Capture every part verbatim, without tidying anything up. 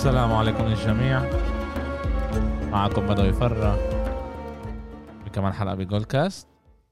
السلام عليكم للجميع. معكم بدو يفرع بكمان حلقة بجول كاست.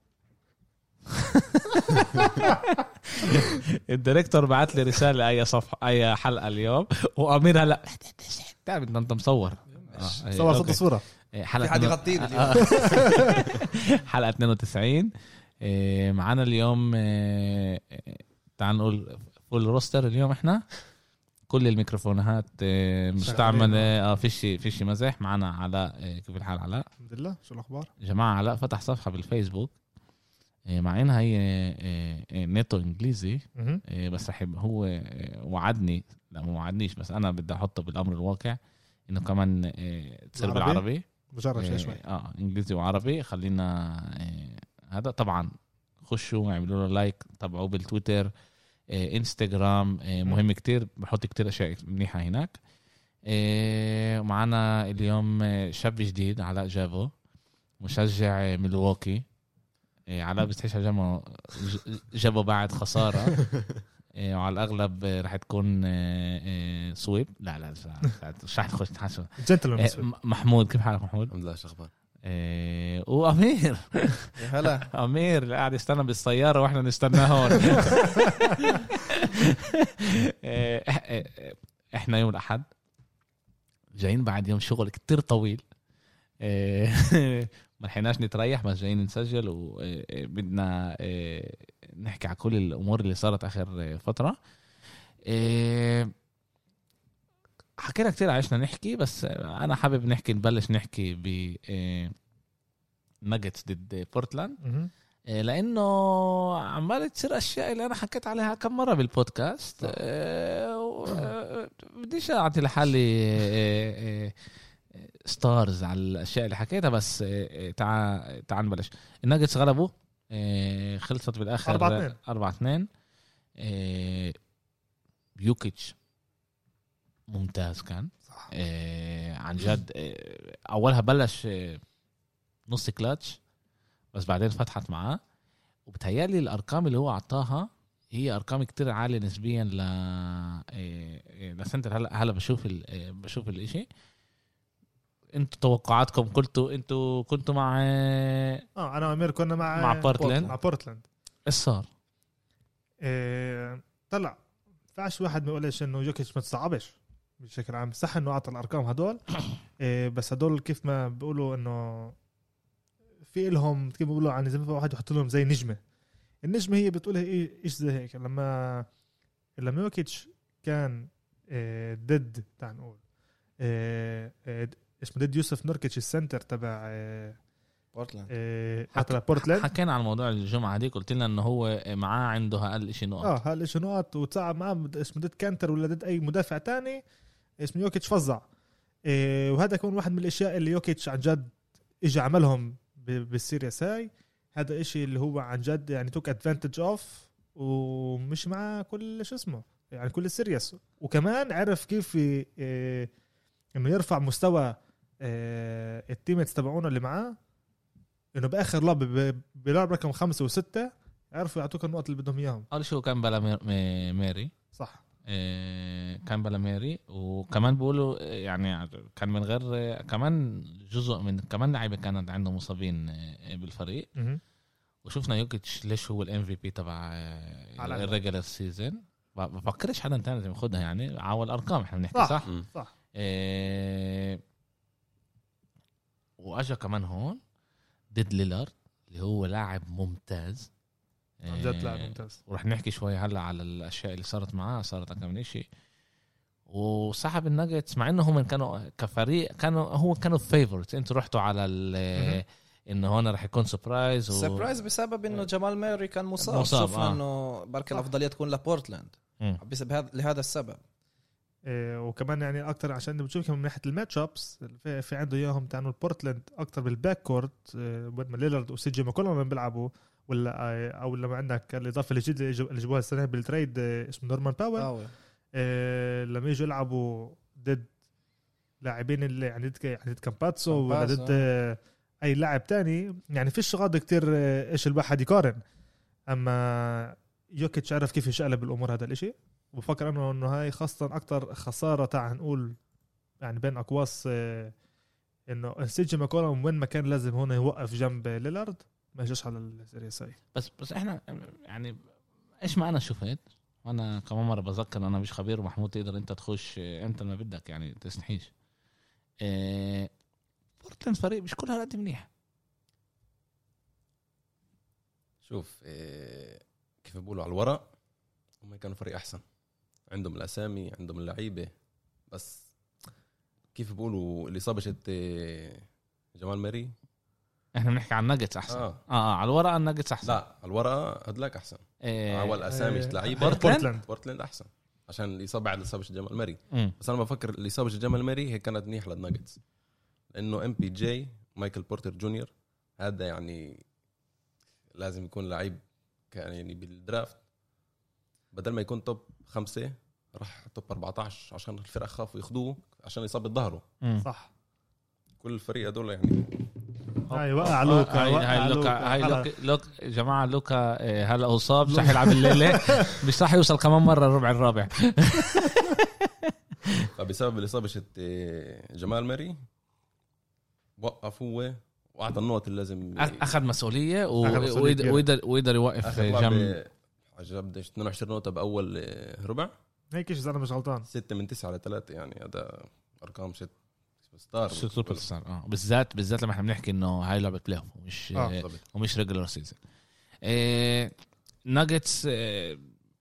الديريكتور بعت لي رسالة أي صفحة أي حلقة اليوم، وأمير هلا تعرف أنت مصور صور صوت صورة حلقة حد يغطينا حلقة اثنين وتسعين. معنا اليوم تعال نقول فول روستر. اليوم إحنا كل الميكروفونات مستعملة، اه فيش فيش مزح. معنا علاء، كيف الحال علاء؟ الحمد لله. شو الاخبار جماعه؟ علاء فتح صفحه بالفيسبوك معنا هي نيتو انجليزي، بس رح هو وعدني، لا مو وعدنيش، بس انا بدي احطه بالامر الواقع انه كمان تصير بالعربي. بجرب شوي شوي اه انجليزي وعربي. خلينا هذا طبعا خشوا اعملوا له لايك، تابعوه بالتويتر انستغرام، مهم كتير، بحط كتير اشياء منيحه هناك. معنا اليوم شاب جديد علاء جافو، مشجع ميلواukee. علاء بتحس جابه جابه بعد خساره، وعلى الاغلب رح تكون سويب. لا لا مش رح تخش تحسن. محمود، كيف حالك محمود؟ الحمد لله. شو اخبارك؟ إيه وامير هلا امير اللي قاعد يستنى بالسياره واحنا نستناه هون. احنا يوم الاحد جايين بعد يوم شغل كتير طويل، ما لحقناش نتريح، بس جايين نسجل وبدنا نحكي على كل الامور اللي صارت اخر فتره. حكينا كتير عشنا نحكي، بس أنا حابب نحكي نبلش نحكي ب ناجتس ضد بورتلاند، لأنه عمالة تصير أشياء اللي أنا حكيت عليها كم مرة بالبودكاست. بديش أعطي لحالي ستارز على الأشياء اللي حكيتها، بس تعال تعال نبلش. الناجتس غلبوا، خلصت بالآخر أربعة اثنين. يوكيتش ممتاز كان آه عن جد. آه اولها بلش آه نص كلاتش، بس بعدين فتحت معاه، وبتهيالي الارقام اللي هو عطاها هي ارقام كتير عاليه نسبيا ل آه لسنتر. هلا هلا بشوف آه بشوف الاشي. انتوا توقعاتكم قلتوا انتوا كنتوا مع اه انا وامير كنا مع مع بورتلاند. مع بورتلاند ايش صار؟ إيه طلع فاش واحد ما يقولش انه يوكيتش ما تصعبش بشكل عام. صح انه اعطى الارقام هدول، إيه بس هدول كيف ما بيقولوا انه في لهم كيف بيقولوا عن زي ما واحد يحط لهم زي نجمه. النجمه هي بتقول ايه ايش زي هيك. لما لما يوكيتش كان إيه ضد تعال نقول إيه إيه اسمه ضد يوسف نوركيتش السنتر تبع إيه بورتلاند. إيه حتى بورتلاند حكينا عن الموضوع الجمعه دي، قلت لنا انه هو معاه عنده اقل شيء نقط. اه اقل شيء نقط، وتصعب معاه اسمه ضد كانتر ولا ضد اي مدافع تاني اسمه يوكيتش فظع. إيه وهذا كمان واحد من الاشياء اللي يوكيتش عن جد اجى عملهم بالسيريس هاي. هذا اشي اللي هو عن جد يعني توك ادفانتج اوف، ومش مع كل شو اسمه يعني كل السيريس. وكمان عرف كيف إيه انه يرفع مستوى إيه التيمتس تبعونه اللي معاه، انه باخر لعب بلعب رقم خمسة وستة عرفوا يعطوك النقط اللي بدهم اياهم. اول شيء كان بلا ميري صح، إيه كان بلا ميري، وكمان بيقولوا يعني كان من غير كمان جزء من كمان لعيبه كانت عندهم مصابين بالفريق. م- وشفنا يوكيتش ليش هو الام في بي تبع الريجولار سيزون. بفكرش حدا تاني زي ياخدها يعني عاول ارقام احنا بنحكي. صح صح, صح. إيه واجا كمان هون ضد ليلارد اللي هو لاعب ممتاز عن جد لاعب ممتاز. ورح نحكي شوي هلا على الاشياء اللي صارت معاه. صارت كم من شيء وصاحب الناجتس، مع انه هم كانوا كفريق كانوا هو كانوا فيفورت. انتوا رحتوا على انه هون رح يكون سربرايز و... سربرايز بسبب انه جمال ميري كان مصاب, مصاب. شفنا آه. انه بركة الافضليه تكون لبورتلاند بس بهذا لهذا السبب. إيه وكمان يعني اكتر عشان بتشوف كمان من ناحيه الماتش ابس في, في عنده اياهم تاعوا البورتلاند اكتر بالباك كورت. إيه ما ليلارد وسيجي ما كلهم بيلعبوا ولا او لما عندك الاضافه الجديده اللي جابوها السنه بالتريد اسمه نورمان باول. إيه لما يجوا يلعبوا ضد لاعبين اللي يعني ضد يعني كامباتسو ولا ضد اي لاعب تاني يعني فيش غاض كتير ايش الواحد يقارن. اما يوكيتش عرف كيف يشقلب الامور هذا الاشي، وبفكر انه انه هاي خاصه اكتر خساره تاع نقول يعني بين اقواس آه، انه سيجي ماكولم وين ما كان لازم هون يوقف جنب ليلارد ما جاش على السيريس هاي. بس بس احنا يعني ايش ما انا شفت، وانا كمان مره بذكر انا مش خبير، ومحمود تقدر انت تخش انت ما بدك يعني تسنحيش. إيه بورتلاند فريق مش كلها قد منيح. شوف إيه كيف بيقولوا على الورق هم كانوا فريق احسن، عندهم الاسامي عندهم اللعيبه، بس كيف بيقولوا اللي صابشت إيه جمال ماري. احنا بنحكي عن ناجتس احسن. آه. اه, آه على الورق الناجتس احسن. لا على الورقه هدلاك احسن. إيه اول اسامي إيه لعيبه بورتلاند بورتلاند احسن عشان اللي صاب بعد اللي صابش جمال ماري. مم. بس انا بفكر اللي صابش جمال ماري هي كانت منيح للناجتس، لانه ام بي جي مايكل بورتر جونيور هذا يعني لازم يكون لعيب كان يعني بالدرافت بدل ما يكون توب خمسة راح توب أربعة عشر عشان الفرق خافوا ياخدوه عشان يصاب ظهره. مم. صح. كل الفريق هدول يعني هاي وقع لوكا هاي وقع هاي لوكا لوكا هاي خلاص. لوكا لوك جماعه لوكا إيه، هلا اصاب مش رح يلعب الليله مش رح يوصل كمان مره الربع الرابع. فبسبب الإصابة جمال ماري وقف هو وأعطى النقط اللي لازم اخذ مسؤوليه و- أخذ مسؤولية ويقدر كبيرة. ويقدر ويقدر يوقف آخر جنب. لعبة جاب اثنين وعشرين نقطة بأول ربع، هيك اذا انا مش غلطان ستة من تسعة على ثلاثة، يعني هذا أرقام ست ستار سوبر ستار. اه بالذات بالذات لما احنا بنحكي انه هاي لعبه بلاي اوف ومش آه. آه. ومش ريجولار سيزون. إيه ناجتس إيه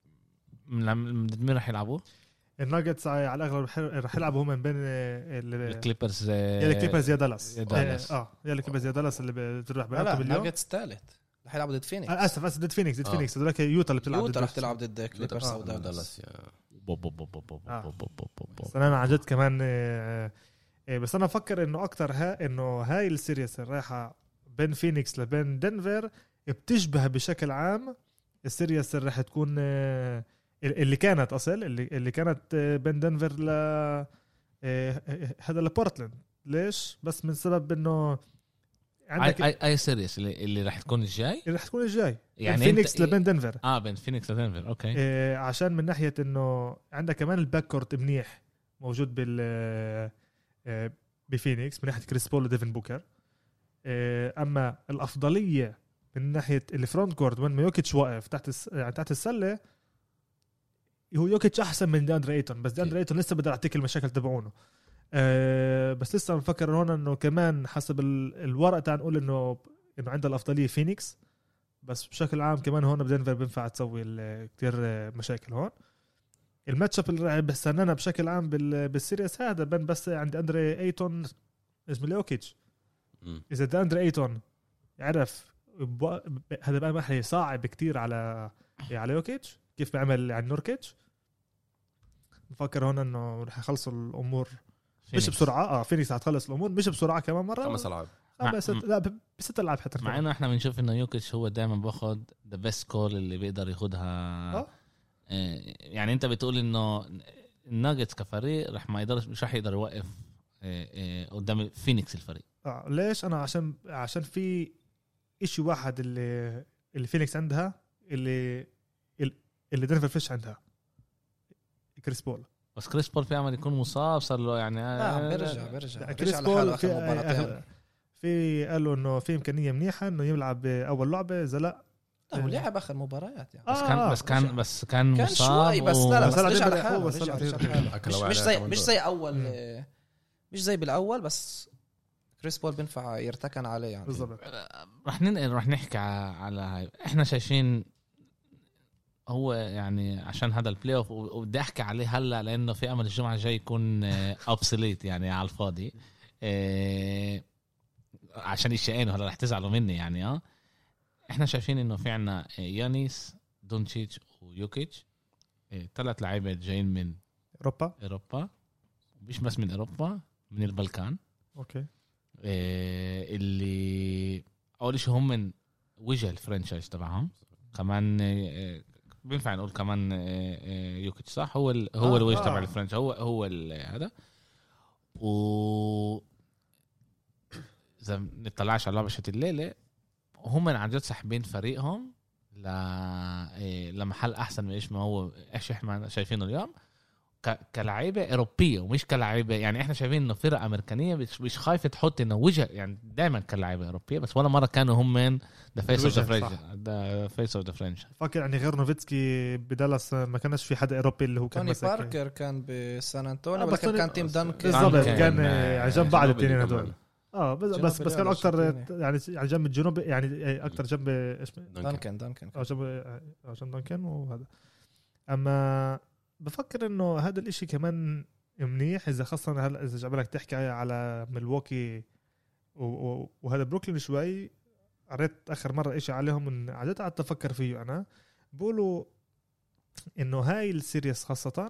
مين راح يلعبوا؟ الناجتس على الاغلب رح- رح يلعبوا هم بين ال- الكليبرز يا الكليبرز يا دالاس. يا دالاس. اه يا الكليبرز يا دالاس اللي بتروح لا بيلعبوا اليوم. ناجتس ثالث رح يلعبوا ضد فينيكس. آه، اسف اسف ضد فينيكس ضد آه. فينيكس هذولك يوتا اللي بتلعب يوتا ضد رح تلعب ضد كليبرز او دالاس. دالاس يا بو بو بو بو بو بو آه. بو بو بو بو. بس انا عن جد كمان آه، آه، بس انا افكر انه اكتر ها انه هاي السيريس الرايحه بين فينيكس لبين دنفر بتشبه بشكل عام السيريس اللي راح تكون آه، اللي كانت اصل اللي اللي كانت آه، بين دنفر ل آه، آه، هذا لبورتلاند. ليش؟ بس من سبب انه عندك اي اي اي سيريس اللي, اللي راح تكون الجاي اللي راح تكون الجاي يعني يعني فينيكس أنت- لبين دنفر. اه بين فينيكس ودنفر. اوكي آه، عشان من ناحيه انه عندك كمان الباك كورت منيح موجود بال آه، آه، بفينيكس من ناحيه كريس بول وديفن بوكر. آه، اما الافضليه من ناحيه الفرونت كورت وين ما يوكيتش واقف تحت الس... يعني تحت السله هو يوكيتش احسن من داندري ايتون، بس داندري ايتون لسه بده يعطيك المشاكل تبعونه. أه بس لسه بفكر هون انه كمان حسب ال- الورقه تاع نقول انه انه عنده الافضليه فينيكس، بس بشكل عام كمان هون بدنفر بينفع تسوي ال- كتير مشاكل هون. الماتش اب اللي بستنانا بشكل عام بال- بالسيريس هذا بين بس عند اندري ايتون اسمه يوكيتش. مم. اذا ده اندري ايتون يعرف ب- هذا بقى محلي صعب كتير على على يوكيتش كيف بيعمل على نوركيتش. بفكر هون انه رح يخلصوا الامور مش بسرعه. اه فينيكس هتخلص الامور مش بسرعه كمان مره. خمس ألعاب آه بس مع- لا ب- بست العاب حتى مع انه احنا بنشوف انه يوكيتش هو دائما باخد ذا بيست كول اللي بيقدر ياخدها. آه. آه، يعني انت بتقول انه الناجتس كفريق رح ما يقدرش مش رح يقدر يوقف آه، آه، قدام فينيكس الفريق. آه ليش انا عشان عشان في اشي واحد اللي اللي فينيكس عندها اللي اللي دنفر فيش عندها كريس بول. بس كريس بول في امل يكون مصاب صار له يعني لا آه، بيرجع بيرجع لا، بيرجع كريس على حاله بول اخر في مباراتين. في قالوا انه في امكانيه منيحه انه يلعب اول لعبه اذا لا. لا، هو لعب اخر مباريات يعني. بس آه، كان آه، بس كان رجع. بس كان كان مصاب شوي بس و- لا لا بس بس هلا رجع بدأ لحاله يحول، بس رجع هلا رجع بدأ لحاله. أكل مش وعلى مش زي كمان مش دور. زي اول مم. مش زي بالاول بس كريس بول بينفع يرتكن عليه يعني. بالضبط. رح ننقل رح نحكي ع- على هاي. احنا شايفين هو يعني عشان هذا البلاي اوف وبدي احكي عليه هلا لانه في امل الجمعه الجاي يكون ابسوليت يعني على الفاضي. إيه، عشان الشقين هلا رح تزعلوا مني يعني. اه احنا شايفين انه في عنا يانيس دونتشيتش ويوكيتش إيه، ثلاث لعيبه جايين من اوروبا. اوروبا مش بس من اوروبا من البلكان. اوكي. إيه، اللي اول شيء هم من وجه الفرنشايز تبعهم كمان. إيه، بينفع نقول كمان إيه، إيه، يوكيتش صح هو ال هو آه، الوجه آه. تبع الفرنش هو هو ال- هذا. و اذا نطلعش على لعبة الليله هم عن جد ساحبين فريقهم ل إيه، لمحل احسن من ايش ما هو ايش احنا شايفينه اليوم. ك... كلاعيبه اوروبيه ومش كلاعيبه، يعني احنا شايفين انه فرق امريكانيه مش مش خايفه تحط انه وجه، يعني دائما كلاعيبه اوروبيه، بس ولا مره كانوا هم من ذا فيس اوف ذا فرنش ذا فيس اوف ذا فرنش. فاكر يعني غير نوفيتسكي بدالاس ما كانش في حدا اوروبي اللي هو كان توني مسك باركر كان بسان انطونيو، آه، بس ولكن توني- كان تيم دانكن بالضبط كان- كان آه، على جنب بعض جنوبي الاثنين كمان. هدول. اه بس جنوبي بس, بس لا، كان مش اكثر التاني. يعني على جنب الجنوب، يعني اكثر جنب ايش دانكن دانكن اه جنب اه جنب دانكن وهذا. اما بفكر انه هذا الاشي كمان منيح اذا خاصه هلا اذا جاب لك تحكي على ميلواكي و- و- وهذا بروكلين شوي. قريت اخر مره اشي عليهم من عادة قعدت افكر فيه انا، بقولوا انه هاي السيريس خاصه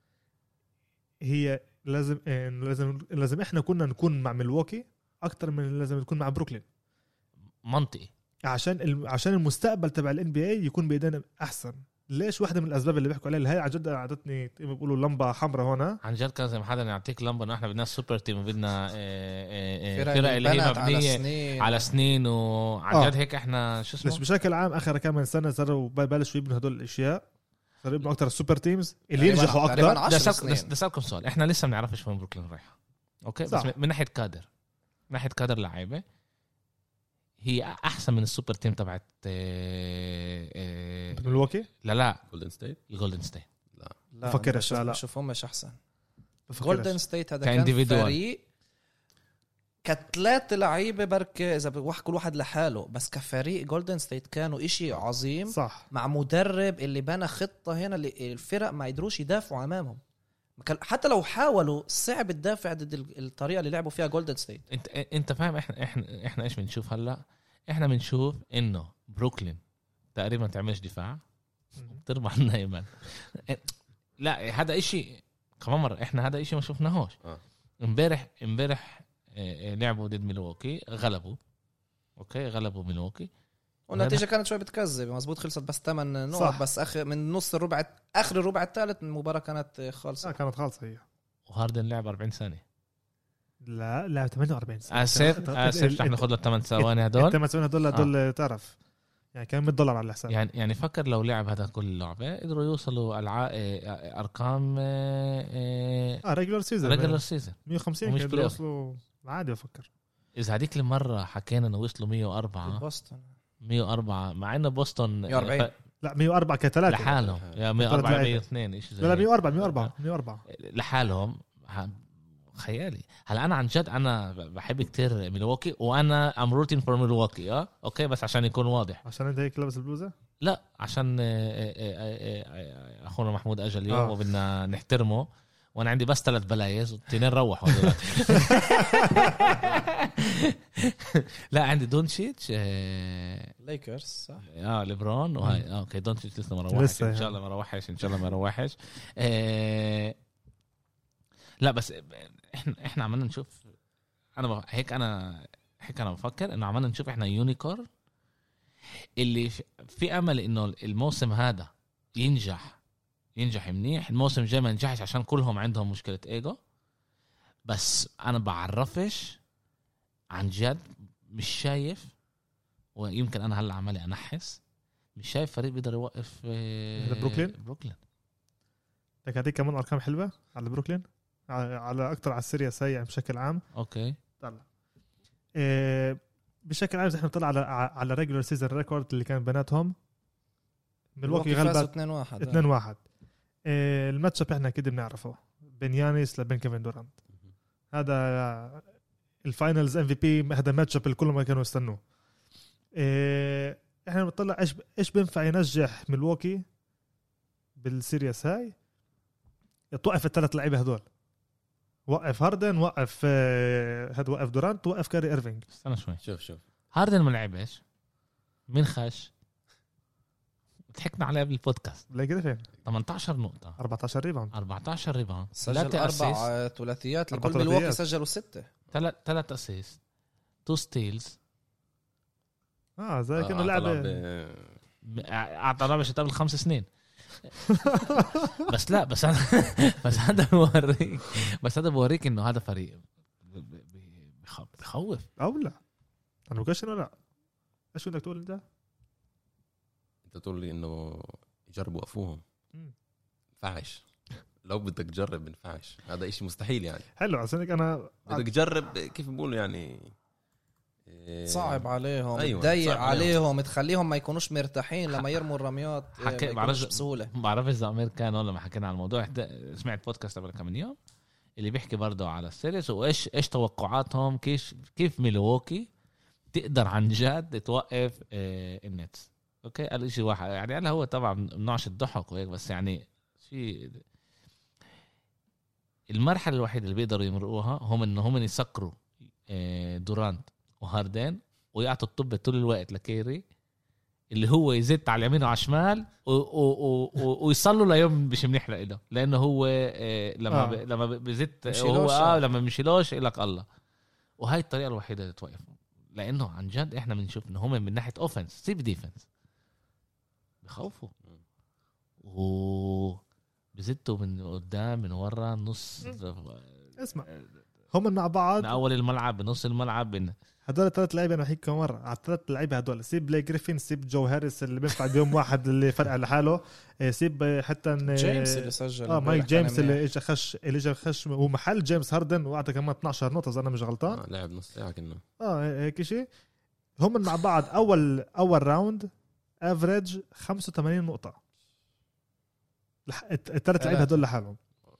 هي لازم إنه لازم لازم احنا كنا نكون مع ميلواكي اكتر من لازم نكون مع بروكلين، منطقي. عشان الم- عشان المستقبل تبع الان بي اي يكون بايدينا احسن. ليش؟ واحده من الاسباب اللي بيحكوا عليها اللي هي عن جد عادتني بيقولوا لمبه حمراء هون. عن جد كان زي ما حدا يعطيك لمبه انه احنا بدنا سوبر تيم وبدنا آه، آه، آه، فرق فرق اللي هي بنت على مبنيه سنين على سنين، وعن آه. جد هيك احنا شو ليش اسمه بشكل عام اخر كم من سنه صاروا ببلشوا يبنوا هدول الاشياء، صاروا يبنوا اكثر السوبر تيمز اللي تقريباً- ينجحوا تقريباً اكثر. عشر بدي أسألك- سنين. بدي اسالكم سؤال، احنا لسه ما بنعرفش وين بروكلين رايحه، اوكي؟ صح. بس من ناحيه كادر، من ناحيه كادر لعيبه هي احسن من السوبر تيم تبعت آه، آه، ميلواكي لا لا جولدن ستيت الجولدن ستيت. لا بفكرش، لا، لا. بشوفهم مش احسن. بفكرش. جولدن ستيت هذا كان كانديفيدوال. فريق كثلاث لعيبه بركة اذا بواحد كل واحد لحاله، بس كفريق جولدن ستيت كانوا إشي عظيم صح. مع مدرب اللي بنى خطه هنا اللي الفرق ما يقدروش يدافعوا امامهم. كان- حتى لو حاولوا صعب تدافع ضد ال- الطريقه اللي لعبوا فيها جولدن ستيت. انت انت فاهم احنا احنا احنا ايش بنشوف هلا؟ احنا بنشوف انه بروكلين تقريبا تعملش دفاع تربح دائما. لا هذا اشي كمان مره احنا هذا اشي ما شفناهوش. آه. امبارح امبارح اه، اه، لعبوا ضد ميلواكي غلبوا، اوكي غلبوا ميلواكي والنتيجه كانت شوي بتكذب، مزبوط خلصت بس ثمان نقط صح. بس اخر من نص الربع اخر الربع الثالث المباراه كانت اه خالصه. كانت خالصه هي. وهاردن لعب أربعين ثانيه. لا لا ثمانية وأربعين سنة. اسف اسف رح ناخذ له ثمان ثواني هدول. ثمانية ثواني هدول هدول تعرف يعني كان مية دولار على الحساب. يعني يعني فكر لو لعب هذا كل لعبه قدروا يوصلوا الع... اه، ارقام اه ريجولر سيزون ريجلر سيزون. مية وخمسين ومش كانوا بلاي أوف. يوصلوا عادي. بفكر اذا هذيك المره حكينا انه وصلوا مية وأربعة بوسطن مية وأربعة مع انه بوسطن مية وأربعين. لا مية وأربعة كثلاثه لحالهم يا مية وأربعة لعيبة. مية واثنين شيء زي لا لا هيك. مية وأربعة مية وأربعة مية وأربعة لحالهم ه- خيالي. هلا انا عن جد انا بحب كتير ميلواكي وانا ام روتين فور ميلواكي اه اوكي بس عشان يكون واضح عشان انت هيك لابس البلوزه. لا عشان آه، آه، آه، آه، اخونا محمود اجى اليوم آه. وبدنا نحترمه وانا عندي بس ثلاث بلايز والتنين روحوا دلوقتي. لا عندي دونتشيتش اه ليكرز صح. آه، ليبرون وهاي آه، اوكي دونتشيتش لسه ما روحش لسه ان شاء الله ما روحش ان شاء الله ما روحش آه، لا بس احنا احنا عمالنا نشوف انا بف... هيك انا هيك انا بفكر انه عمالنا نشوف احنا يونيكورن اللي في, في امل انه الموسم هذا ينجح ينجح منيح. الموسم الجاي ما ينجحش عشان كلهم عندهم مشكلة ايجو، بس انا بعرفش عن جد مش شايف، ويمكن انا هلا عمالي انحس مش شايف فريق بيقدر يوقف آه، بروكلين؟ بروكلين لك هذيك كمان ارقام حلوه على بروكلين على, على اكثر على السيريس هي يعني بشكل عام. اوكي طلع إيه بشكل عام اذا احنا نطلع على على ريجولر سيزون ريكورد اللي كان بيناتهم ميلواكي غلبت اثنين واحد اثنين واحد. إيه الماتش اب احنا اكيد بنعرفه بين يانيس لبين كيفن دورانت. هذا الفاينلز ام في بي، هذا ماتش اب الكل ما كانوا يستنوه. إيه احنا بنطلع ايش ايش بينفع ينجح ميلواكي بالسيريس هاي. توقف الثلاث لعيبه هدول، وقف هاردن، وقف هاد وقف دورانت، وقف كاري إيرفينج. استنى شوي. شوف شوف هاردن ما لعبش، مين خش؟ ضحكنا عليه قبل البودكاست. بلاي جريفن ثمانية عشر نقطة، أربعة عشر ريباوند، أربعة عشر ريباوند، سجل ثلاثة أسيست، اربع ثلاثيات أربع لكل ملواكي ثلاثيات. سجلوا ستة. ثلاث ثلاث أسيست، تو ستيلز. اه زي كانه آه، لعبه طلع أعطى رابش قبل خمس سنين. بس لا بس أنا بس هذا بوريك بس هذا بوريك إنه هذا فريق ب- ب- بخ- بخوف. او لا انا بقولش انه لا. ايش بدك تقول انت؟ انت تقول لي انه يجربوا وقفوهم مم. فعش لو بدك تجرب بنفعش، هذا إشي مستحيل يعني. حلو عشان هيك انا بدك تجرب كيف بيقولوا يعني إيه، صعب عليهم، أيوة، تضيق صعب عليهم. عليهم، تخليهم ما يكونوش مرتاحين لما يرموا الرميات. حكي- ما بعرف- يكونوش بسهوله. ما بعرف اذا امير كان ولا ما حكينا عن الموضوع. سمعت بودكاست قبل كم يوم اللي بيحكي برضه على السيريس وايش ايش توقعاتهم، كيف كيف ميلواukee تقدر عن جد توقف آه النتس. اوكي قال شيء واحد يعني، قال هو طبعا منعش الضحك وهيك، بس يعني شيء المرحله الوحيده اللي بيقدروا يمرقوها هم انه هم يسكروا آه دورانت وهاردين ويعطوا الطب طول الوقت لكيري اللي هو يزت على اليمين وعلى الشمال و- و- و- ويصلوا ليوم مش منحرق له، لانه هو آه لما آه. ب... لما بزت مشيلوش. هو اه لما مشيلوش لك الله. وهاي الطريقه الوحيده اللي توقف، لانه عن جد احنا بنشوف ان هم من ناحيه اوفنس سيب ديفنس بخوفوا و بزتوا من قدام من ورا نص اسمع هم مع بعض من اول الملعب بنص الملعب بن... هدول الثلاث لعيبه انا بحكي مره على الثلاث لعيبه هدول، سيب بلاي جريفين، سيب جو هاريس اللي بينفع بيوم واحد اللي فرق لحاله، سيب حتى جيمس اللي سجل اه مايك امبارح جيمس كان اللي منيح. اجى خش اللي اجى خش ومحل جيمس هاردن واعطى كمان اثناشر نقطه اذا انا مش غلطان. آه لعب نص ساعة كنا. اه هيك شيء. هم مع بعض اول اول راوند افريج خمسة وثمانين نقطه الثلاث لعيبه هدول لحالهم.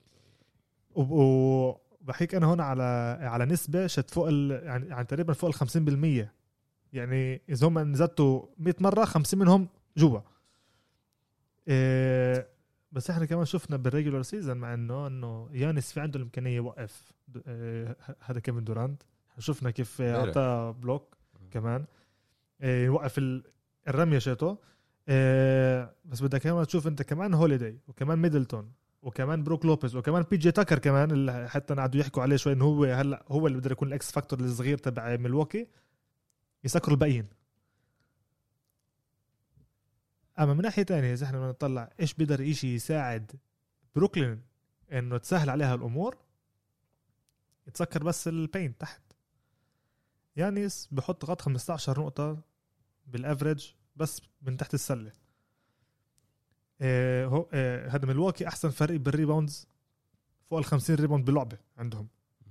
وبحكيك انا هون على على نسبه شت فوق ال... يعني يعني تقريبا فوق ال خمسين بالمية، يعني اذا هم نزلتوا مية مره خمسين منهم جوا. إيه بس احنا كمان شفنا بالريجولار سيزون مع انه انه يانس في عنده الامكانيه يوقف إيه هذا كيفن دورانت، شفنا كيف اعطى بلوك كمان إيه يوقف ال... الرميه شاته. إيه بس بدك كمان تشوف انت كمان هوليداي وكمان ميدلتون وكمان بروك لوبيز وكمان بي جي تاكر كمان اللي حتى قعدوا يحكوا عليه شوي انه هو هلا هو اللي بده يكون الاكس فاكتور الصغير تبع ميلواukee، يسكروا الباقيين. اما من ناحيه تانية اذا احنا بنطلع ايش بيقدر يشي يساعد بروكلين انه تسهل عليها الامور، يتسكر بس البين تحت. يانيس بحط غط خمسة عشر نقطه بالافريج بس من تحت السله. إيه هو إيه هذا ميلواukee احسن فريق بالريباوندز فوق ال خمسين ريباوند باللعبه عندهم.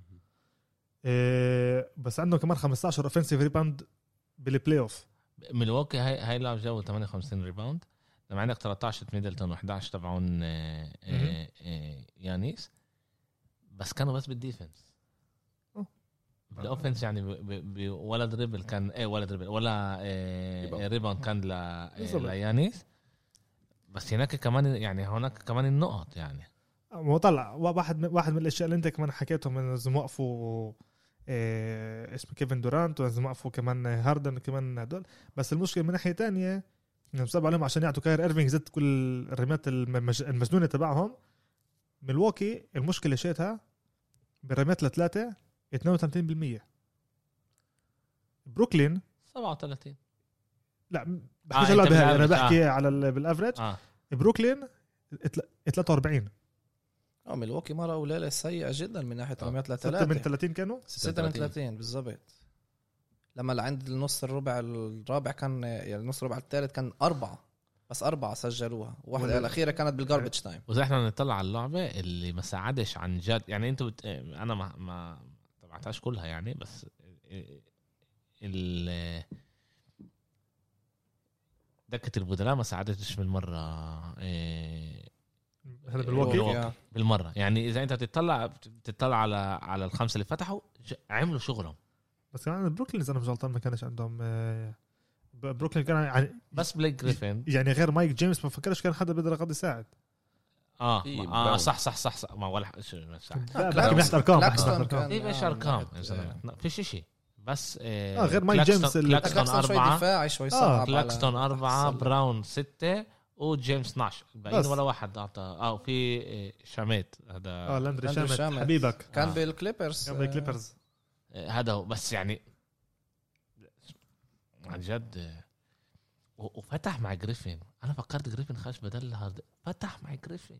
إيه بس عندهم كمان خمسة عشر اوفنسيف ريباوند بالبلاي اوف. ميلواukee هاي هاي لعب جو ثمانية وخمسين ريباوند، لما عندك ثلاثة عشر ميدلتون و11 تبعون آه، آه، آه، يانيس، بس كانوا بس بالديفنس. بالاوفنس يعني ب- ب- ب- ولا دريبل كان ايه ولا دريبل ولا آه، ريباوند كان ل آه، ليانيس. بس هناك كمان يعني هناك كمان النقط يعني مو طلع واحد واحد من الاشياء اللي انت كمان حكيتهم انه لازم يوقفوا إيه اسمه كيفن دورانت ولازم يوقفوا كمان هاردن كمان هدول. بس المشكله من ناحيه تانية انهم صعب عليهم عشان يعطوا كاير ايرفينج زت كل الرميات المج... المجنونه تبعهم. ميلواukee المشكله شيتها بالرميات لثلاثه اثنين وثلاثين بالمية. بروكلين سبعة وثلاثين. لا بحكيش آه هلا أنت بهاي انا بالأفريج، بحكي آه. على ال... بالافريج اه بروكلين ثلاثة وأربعين. اه ميلواukee مره وليله سيئه جدا من ناحيه آه. رميات ستة من لثلاثه. ثلاثين كانوا ستة من ثلاثين بالضبط. لما لعند النص الربع الرابع كان يعني النص الربع الثالث كان أربعة بس أربعة سجلوها، واحدة ولا- الأخيرة كانت بالجاربج تايم. وإذا احنا نطلع على اللعبة اللي ما ساعدش عن جد يعني انتوا بت... انا ما ما تبعتهاش كلها يعني، بس ال دكة البدلاء ما ساعدتش بالمرة إيه... هذا ميلواukee. بالواقع بالمرة يعني. إذا أنت تطلع تطلع على على الخمسة اللي فتحوا ج... عملوا شغلهم. بس كمان بروكلين اذا انا مش غلطان ما كانش عندهم آه، بروكلين كان يعني بس بليك جريفين يعني غير مايك جيمس ما فكرش كان حدا بيقدر يقعد يساعد. اه في اه براون. صح صح صح, صح. ما ولا شو مساعد. لا، كلاكستون- بحكي بيحكي ارقام بحكي كلاكستون أرقام. كان- في فيش آه، ارقام من يا ناحية- زلمة فيش شيء بس آه آه، غير مايك كلاكستون- جيمس اللي- كلاكستون كلاكستون شوي أربعة دفاعي شوي صعب. كلاكستون على- أربعة على براون ستة وجيمس اثناشر الباقيين بس. ولا واحد أعطى. اه وفي آه، شاميت هذا اه لاندري لاندري شامت شامت. حبيبك كان آه. بالكليبرز. كان بالكليبرز. آه، هذا هو. بس يعني عن جد آه، و- وفتح مع جريفين. انا فكرت جريفين خش بدل هارد، فتح مع جريفين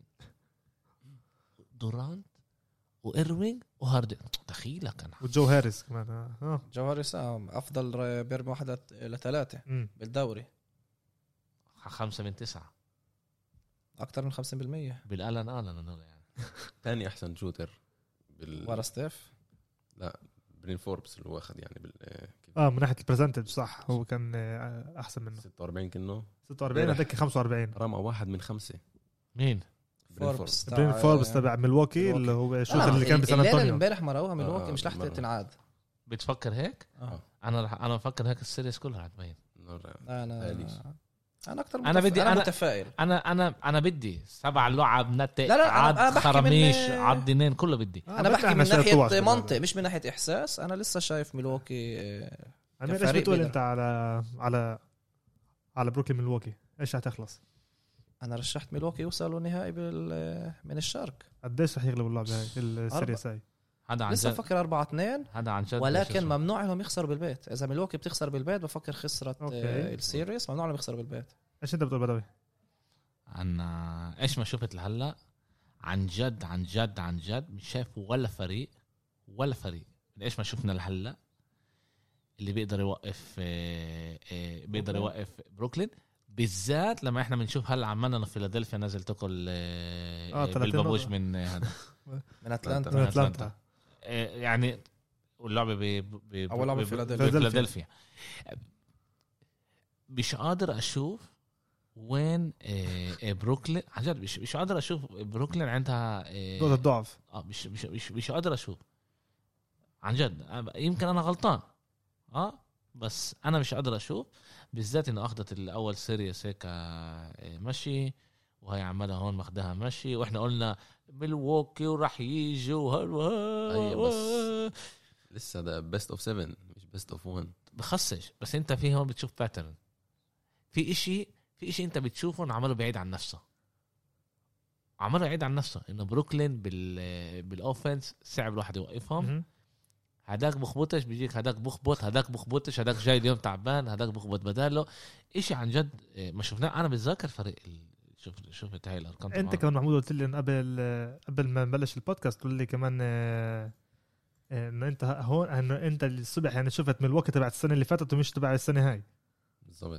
دورانت وايروينج وهاردن. دخيله كان وجو هاريس كمان اه, آه. جوهري سام أفضل بيرمي واحدة لثلاثة مم. بالدوري، خمسة من تسعة أكتر من خمسين بالمية. بالالان الان هذول يعني ثاني احسن شوتر بال ورا ستيف. برين فوربس اللي هو اخذ يعني بال كيف اه من ناحيه البرزنتج صح هو كان آه، احسن منه ستة وأربعين كنه ستة وأربعين هذاك خمسة وأربعين. رمى واحد من خمسة. مين؟ برين فوربس فوربس. برين تاع- فوربس تبع ميلواكي ميلواكي. اللي هو لا، الشوتر اللي كان بسان الليلة اللي انطونيو. امبارح مروها ميلواكي آه، مش لحتى مرة. تنعاد. بتفكر هيك؟ آه. انا رح انا بفكر هيك السيريس كلها هتبين. انا ليش؟ انا اكثر أنا بدي- انا أنا- متفائل. انا انا انا بدي سبع لعب نتق لا، لا، أنا- عاد أنا بحكي خرميش من- عاد دينين كله بدي. آه، انا بدنا بحكي إحنا من شوية ناحيه قوة في منطق مش من ناحيه احساس. انا لسه شايف ميلواكي آه، أمير ايش كفريق بتقول بيقدر. انت على على على بروكلين ميلواكي ايش هتخلص؟ انا رشحت ميلواكي يوصلوا نهائي بال من الشرق. قديش رح يغلبوا اللعبه هاي السيريس هاي؟ هذا عن لسه جد بفكر أربعة اثنين. هذا عن جد ولكن إيش اسمه؟ ممنوع لهم يخسروا بالبيت. اذا ميلواكي بتخسر بالبيت بفكر خسرت أوكي. آه، السيريس. ممنوع لهم يخسروا بالبيت. ايش انت بتقول بدوي؟ انا ايش ما شفت لهلا عن جد عن جد عن جد مش شايف ولا فريق ولا فريق من ايش ما شفنا لهلا اللي بيقدر يوقف آه، آه، بيقدر يوقف بروكلين بالذات لما احنا بنشوف هلا عمالنا في فيلادلفيا نازل تاكل آه، آه، آه، ثلاثين بالبابوش نقطة. من آه، هذا من اتلانتا. من اتلانتا. آه، يعني واللعبه ب ب- أول لعبة ب- فيلادلفيا. بفيلادلفيا مش قادر اشوف وين آه، آه، بروكلين عن جد مش مش قادر اشوف بروكلين عندها آه، نقطه ضعف. اه مش مش مش مش قادر اشوف عن جد. أنا- يمكن انا غلطان اه بس انا مش قادر اشوف بالذات انه اخذت الاول سيريس هيك آه، مشي وهي عمالها هون ماخدها مشي واحنا قلنا ميلواكي وراح يجي أيوة، بس لسه ده بيست اوف سبعة مش بيست اوف واحد. بخصش. بس انت في هون بتشوف باترن في اشي في اشي انت بتشوفه انه عمله بعيد عن نفسه عمله بعيد عن نفسه انه بروكلين بال بالاوفنس صعب الواحد يوقفهم. مهم. هداك بخبطش بيجيك هداك بخبط هداك بخبطش هداك جاي اليوم تعبان هداك بخبط بداله اشي عن جد إيه، ما شفناه. انا بتذكر فريق ال- شفت شفت هاي الارقام انت تبعهم. كمان محمود قلت لي إن قبل قبل ما نبلش البودكاست قلت لي كمان آه، انه انت هون انه انت الصبح يعني شفت من الوقت تبع السنه اللي فاتت ومش تبع السنه هاي. بالضبط.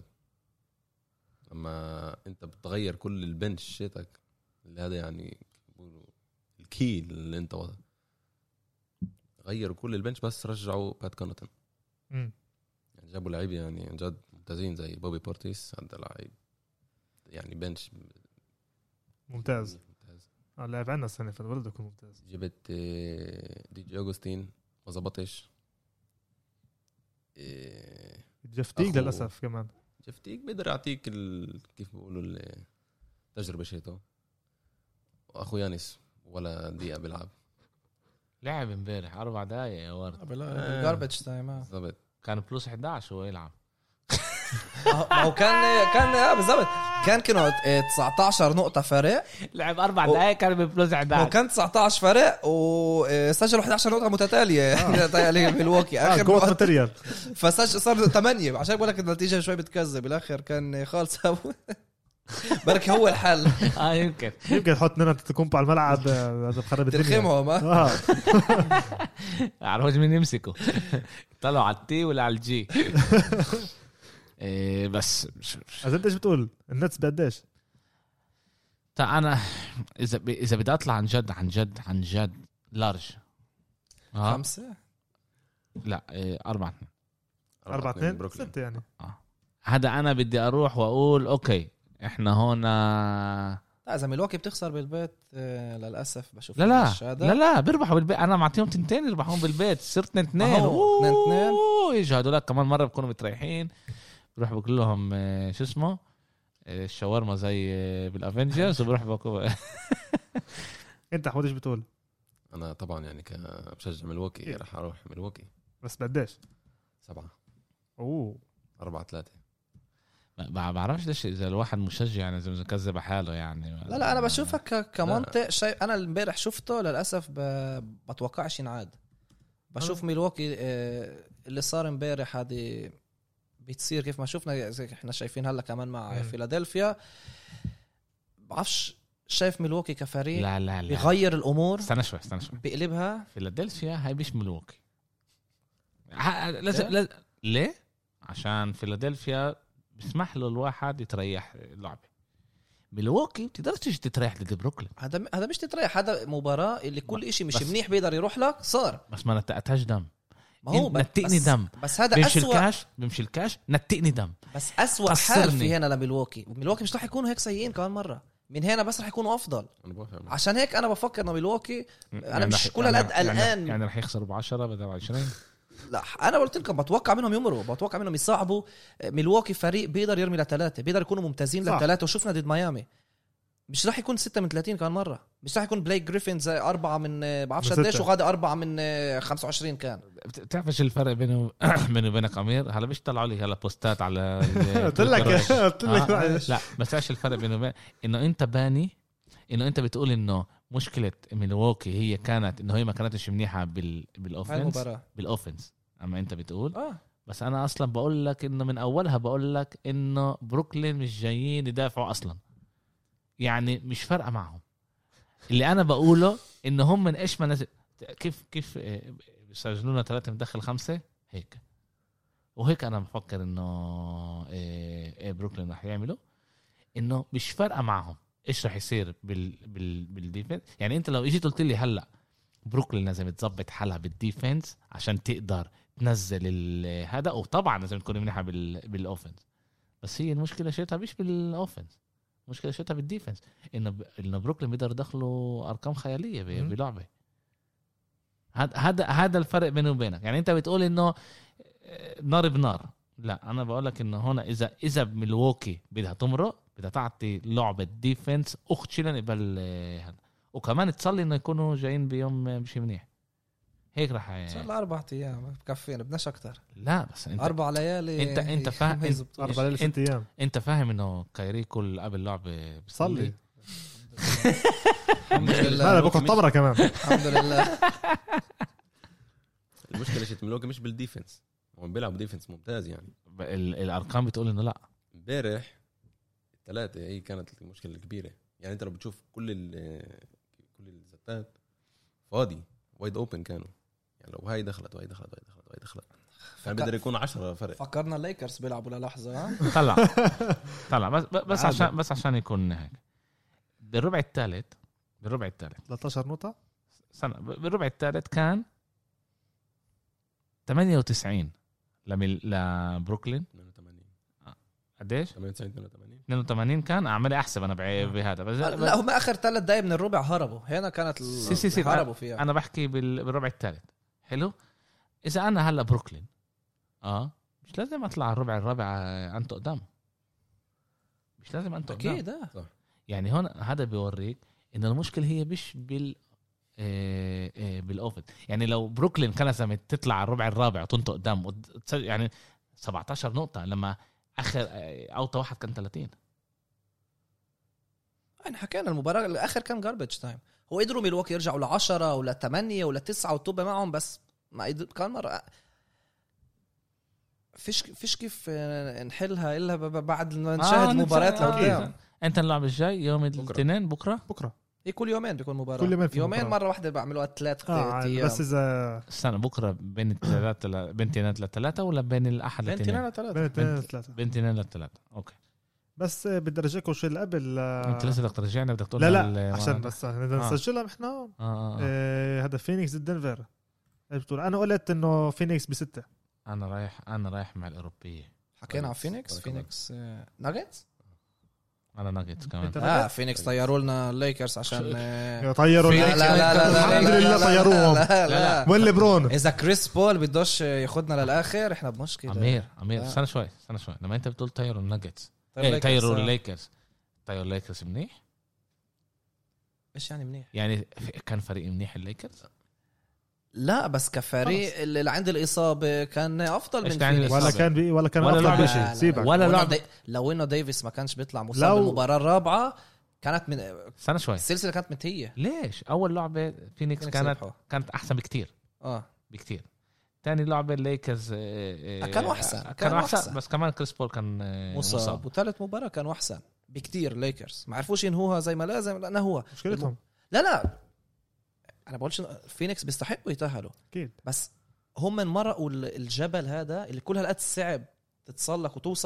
لما انت بتغير كل البنش شيتك اللي هذا يعني بيقولوا الكي اللي انت وضع. غيروا كل البنش بس رجعوا بات كونتن. امم يعني جابوا لعيبه يعني عن جد ممتازين زي بوبي بورتيس. هذا لعيب يعني بنش ممتاز. ممتاز. اه لعب عنا السنه اللي فاتت برضه يكون ممتاز. جبت آه، دي جي اوغستين ما زبطش. آه، جيف تيج أخو- للاسف كمان. جيف تيك بيقدر يعطيك ال... كيف بيقولوا التجربه شيته. واخو يانس ولا دقيقه بيلعب. لعب امبارح اربع دقايق يا ورد آه. جاربج تايم. آه. بالضبط. كان بلس احد عشر هو يلعب. ما هو كان كان آه، بالضبط كان كانوا آه، تسعة عشر نقطة فرق. لعب اربع و- دقايق كان ببلس احد هو عشر. كان تسعة عشر فرق وسجلوا احد عشر نقطة متتالية. تالي ميلواكي اه اخر جوت نقطة ماتيريال. فسجل صار ثمانية. عشان بقول لك النتيجة شوي بتكذب. بالاخر كان خالص. بركي هو الحل. اه يمكن يمكن تحط نانا تكون على الملعب آه، هذا بخرب الدنيا. تلخمهم. آه. اه عرفوش مين يمسكه. طلعوا على التي ولا على الجي. إيه بس اذا انت ايش بتقول النتس بقديش؟ تا انا اذا ب... اذا بدي اطلع عن جد عن جد عن جد لارج اه خمسة. لا إيه أربعة اثنين. أربعة اثنين بروكلين. ستة يعني. اه هذا انا بدي اروح واقول اوكي احنا هنا. لا اذا ميلواكي بتخسر بالبيت آه، للاسف بشوف لا لا الماتش هذا. لا لا بيربحوا بالبيت. انا معطيهم تنتين يربحون بالبيت. صرت اثنين اثنين. أهو، اتنين اتنين. يجوا هدول كمان مره بيكونوا متريحين بروح بقول لهم آه، شو اسمه آه، الشاورما زي آه، بالافنجرز وبروح بقول انت حمود ايش بتقول؟ انا طبعا يعني كمشجع ملواكي راح اروح ملواكي. بس بقديش؟ سبعة اوه أربعة ثلاثة. ما بعرفش ليش اذا الواحد مشجع يعني زي ما كذب حاله يعني. لا لا انا بشوفك ك- كمنطق شيء. انا امبارح شفته للاسف ب- بتوقعش ينعاد. بشوف ميلواكي آه، اللي صار امبارح هذه بتصير كيف ما شفنا زي احنا شايفين هلا كمان مع مم. فيلادلفيا. بعرفش شايف ميلواكي كفريق لا لا لا بيغير الامور استنى شوي استنى شوي. بيقلبها. فيلادلفيا هاي مش ملوكي. ه- لازم ليه؟ لازم ليه؟ عشان فيلادلفيا بيسمح له الواحد يتريح اللعبة. ميلواكي بتقدرش تيجي تتريح ضد بروكلين. هذا هذا مش تتريح، هذا مباراة اللي كل إشي مش بس- منيح بيقدر يروح لك صار. بس ما نتقتهاش دم. ما هو إن- نتقني بس دم. بس هذا بمشي أسوأ الكاش بمشي الكاش نتقني دم. بس أسوأ قصرني. حال في هنا لميلواكي. ميلواكي مش رح يكونوا هيك سيئين كمان مرة من هنا، بس رح يكونوا أفضل. انا بفهم. عشان هيك أنا بفكر إنه ميلواكي أنا مش رح- كل هالقد يعني قلقان. يعني رح يخسروا بعشرة بدل عشرين. لا أنا قلت لكم بتوقع منهم يمروا، بتوقع منهم يصعبوا. ميلواكي فريق بيقدر يرمي لثلاثة، بيقدر يكونوا ممتازين صح. لثلاثة، وشوفنا ضد ميامي مش راح يكون ستة من ثلاثين كان مرة. مش راح يكون بلايك جريفن زي أربعة من بعرفش من قديش، ستة. وغادي أربعة من خمسة وعشرين كان. بتعرف ايش الفرق بينه بينه وبينك امير؟ هلا مش طلعوا لي هلا بوستات على قلت لك قلت لك آه. لا بس ايش الفرق بينه وبين انه انت باني انه انت بتقول انه مشكله ميلواكي هي كانت انه هي ما كانتش منيحه بال هاي بالاوفنس المباراة بالاوفنس اما انت بتقول. اه بس انا اصلا بقول لك انه من اولها بقول لك انه بروكلين مش جايين يدافعوا اصلا، يعني مش فارقه معهم. اللي انا بقوله انه هم من ايش ما نزل كيف كيف آه، سجلونا ثلاثة مدخل خمسة هيك، وهيك انا بفكر انه آه، آه، بروكلين رح يعملوا انه مش فارقه معهم ايش رح يصير بال بال بالديفنس. يعني انت لو اجيت قلت لي هلا بروكلين لازم تظبط حالها بالديفنس عشان تقدر تنزل ال- هذا، وطبعا لازم تكون منيحه بال بالاوفنس، بس هي المشكله شيتها مش بالاوفنس، المشكله شيتها بالديفنس. انه ب... انه بروكلين بيقدر يدخلوا ارقام خياليه ب... مم. بلعبه. هذا هذا هذا الفرق بيني وبينك. يعني انت بتقول انه نار بنار، لا انا بقول لك انه هنا اذا اذا ميلواكي بدها تمرق بدها تعطي لعبه ديفنس اخت شيلن قبل هذا، وكمان تصلي انه يكونوا جايين بيوم مش منيح هيك راح. صار له أربع أيام بكفينا، بدناش أكتر. لا بس انت أربع ليالي انت انت فاهم انت, أربع ليلة ست انت, أيام انت فاهم انه كايري كل قبل لعبه صلي. الحمد هذا لله بكره طبرة كمان. الحمد لله. المشكله شت ملوكي مش بالديفنس، هم بيلعبوا ديفنس ممتاز. يعني ال- الارقام بتقول انه لا. امبارح الثلاثه هي كانت المشكله الكبيره. يعني انت لو بتشوف كل ال كل الزتات فاضي وايد اوبن كانوا، يعني لو هاي دخلت وهي دخلت وهي دخلت وهي دخلت كان بيقدر يكون عشرة فرق. فكرنا الليكرز بيلعبوا للحظة. ها طلع طلع بس بس عادة. عشان بس عشان يكون هيك. بالربع الثالث بالربع الثالث ثلاثة عشر نقطة. سنة بالربع الثالث كان ثمانية وتسعين لمل... لبروكلين. اثنين وثمانين قديش؟ ثمانية وتسعين اثنين وثمانين اثنين وثمانين كان اعمل احسب انا بع- بهذا بس لا هم آخر ثلاث دقايق من الربع هربوا. هنا كانت ال- سي سي سي هربوا فيها. انا بحكي بال... بالربع الثالث. حلو. اذا انا هلا بروكلين اه مش لازم اطلع على الربع الرابع انت قدام، مش لازم انت قدام. أكيد آه. يعني هون هذا بيوريك ان المشكله هي مش بال آه، آه، بالاوفن. يعني لو بروكلين كان لازم تطلع على الربع الرابع وتنطق قدام وتسجل يعني سبعة عشر نقطه لما اخر آه، اوطى واحد كان ثلاثين. احنا حكينا المباراة الآخر كان جاربج تايم. هو قدروا ميلواكي يرجعوا لعشرة ولا ثمانية ولا تسعة وطوبة معهم، بس ما قدر- كان مرة فيش فيش كيف آه، نحلها إلا ب- ب- بعد ما نشاهد آه، مباريات نتفرج. لقدام. آه. انت اللعب الجاي يوم الاثنين بكره. بكرة هي كل يومين بيكون مباراة. كل يومين في يومين مباراة. مرة واحدة بعملوها ثلاث آه أيام. بس إذا استنى بكره بين الثلاثة ل... بين اثنين لثلاثة ولا بين الاحد بين للاثنين؟ اثنين ثلاثة. بين اثنين وثلاثة. بين اثنين لثلاثة. اوكي. بس بدي ارجعكم شيء اللي قبل. آه، انت لسه بدك ترجعنا بدك تقول لا لنا لا ال- عشان بس بدنا آه. نسجلها احنا. آه آه آه. آه، هذا فينيكس ضد دنفر. ايش بتقول؟ انا قلت انه فينيكس بستة. انا رايح انا رايح مع الاوروبيه. حكينا عن فينيكس. بارك فينيكس ناجتس. انا ناجتس كمان. أنت اه فينيكس طيروا لنا الليكرز عشان آه، طيروا في- لا لا لا لا لا الحمد لا لله لا طيروهم. لا لا. وين ليبرون؟ اذا كريس بول بدوش ياخدنا للاخر احنا بمشكله. امير امير لا. استنى شوي استنى شوي لما انت بتقول طيروا الناجتس طيب ايه الليكرز، طيروا آه. الليكرز طيروا الليكرز منيح. ايش يعني منيح؟ يعني في- كان فريق منيح الليكرز. لا بس كفريق اللي اللي عند الاصابه كان افضل إيش من يعني فينيكس. ولا الإصابة؟ كان بي ولا كان ولا افضل لعبة بشيء. لا، لا، سيبك. ولا لو إنه لعب- دي... لو انه ديفيس ما كانش بيطلع مصاب لو- بالمباراه الرابعه كانت من استنى شوي السلسله كانت منتهيه. ليش اول لعبه فينيكس فينيكس كانت ربحوا. كانت احسن بكتير اه بكتير. تاني لعبه الليكرز آه، آه، كانوا أحسن. كانوا كانوا احسن أحسن. بس كمان كريس بول كان آه، مصاب, مصاب. وثالث مباراه كانوا احسن بكتير. ليكرز ما عرفوش ينهوها زي ما لازم لانه هو مشكلتهم لا لا انا بقولش إنه فينيكس بيستحقوا يتاهلوا، اكيد. بس هم من مرقوا الجبل هذا اللي كل هالقد صعب تتسلق وتوصله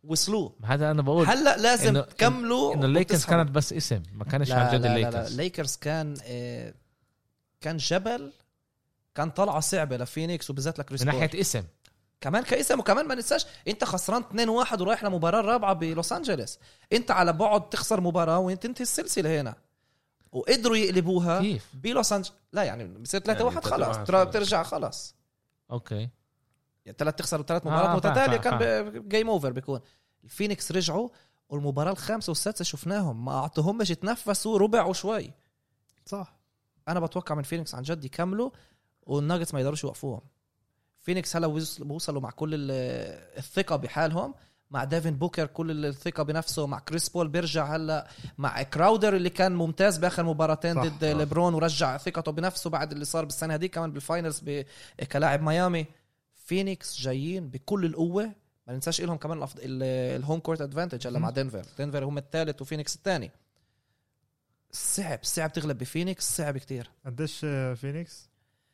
وصلوا. هذا انا بقول هلا لازم إنه- تكملوا. انه الليكرز وتسحبوا. كانت بس اسم، ما كانش لا عن جد لا لا لا الليكرز. الليكرز كان آه، كان جبل، كان طلعه صعبه لفينيكس وبالذات لكريس من بول. ناحيه اسم كمان كاسم، وكمان ما ننساش انت خسران اثنين واحد ورايح لمباراه الرابعه بلوس انجلوس. انت على بعد تخسر مباراه وانت تنتهي السلسله هنا، وقدروا يقلبوها كيف؟ بلوس انجلوس. لا يعني بصير ثلاثة واحد ثلاثة خلاص واحد ترى خلاص. بترجع خلاص. اوكي يعني ثلاث تخسر ثلاث آه، مباريات فاهم، متتاليه فاهم، كان جيم اوفر بيكون. الفينيكس رجعوا والمباراه الخامسه والسادسه شفناهم ما اعطوهمش يتنفسوا ربع وشوي. صح. انا بتوقع من فينيكس عن جد يكملوا والناجتس ما يقدروش يوقفوهم. فينيكس هلا بوصلوا مع كل الثقه بحالهم، مع ديفين بوكر كل الثقه بنفسه، مع كريس بول بيرجع هلا، مع كراودر اللي كان ممتاز باخر مباراتين صح. ضد ليبرون ورجع ثقته بنفسه بعد اللي صار بالسنه هذه كمان بالفاينلز كلاعب ميامي. فينيكس جايين بكل القوه. ما ننساش لهم كمان الأفضل الهوم كورت ادفانتج هلا مع دنفر. دنفر هم الثالث وفينيكس الثاني. صعب صعب تغلب بفينيكس، صعب كتير. قديش فينيكس؟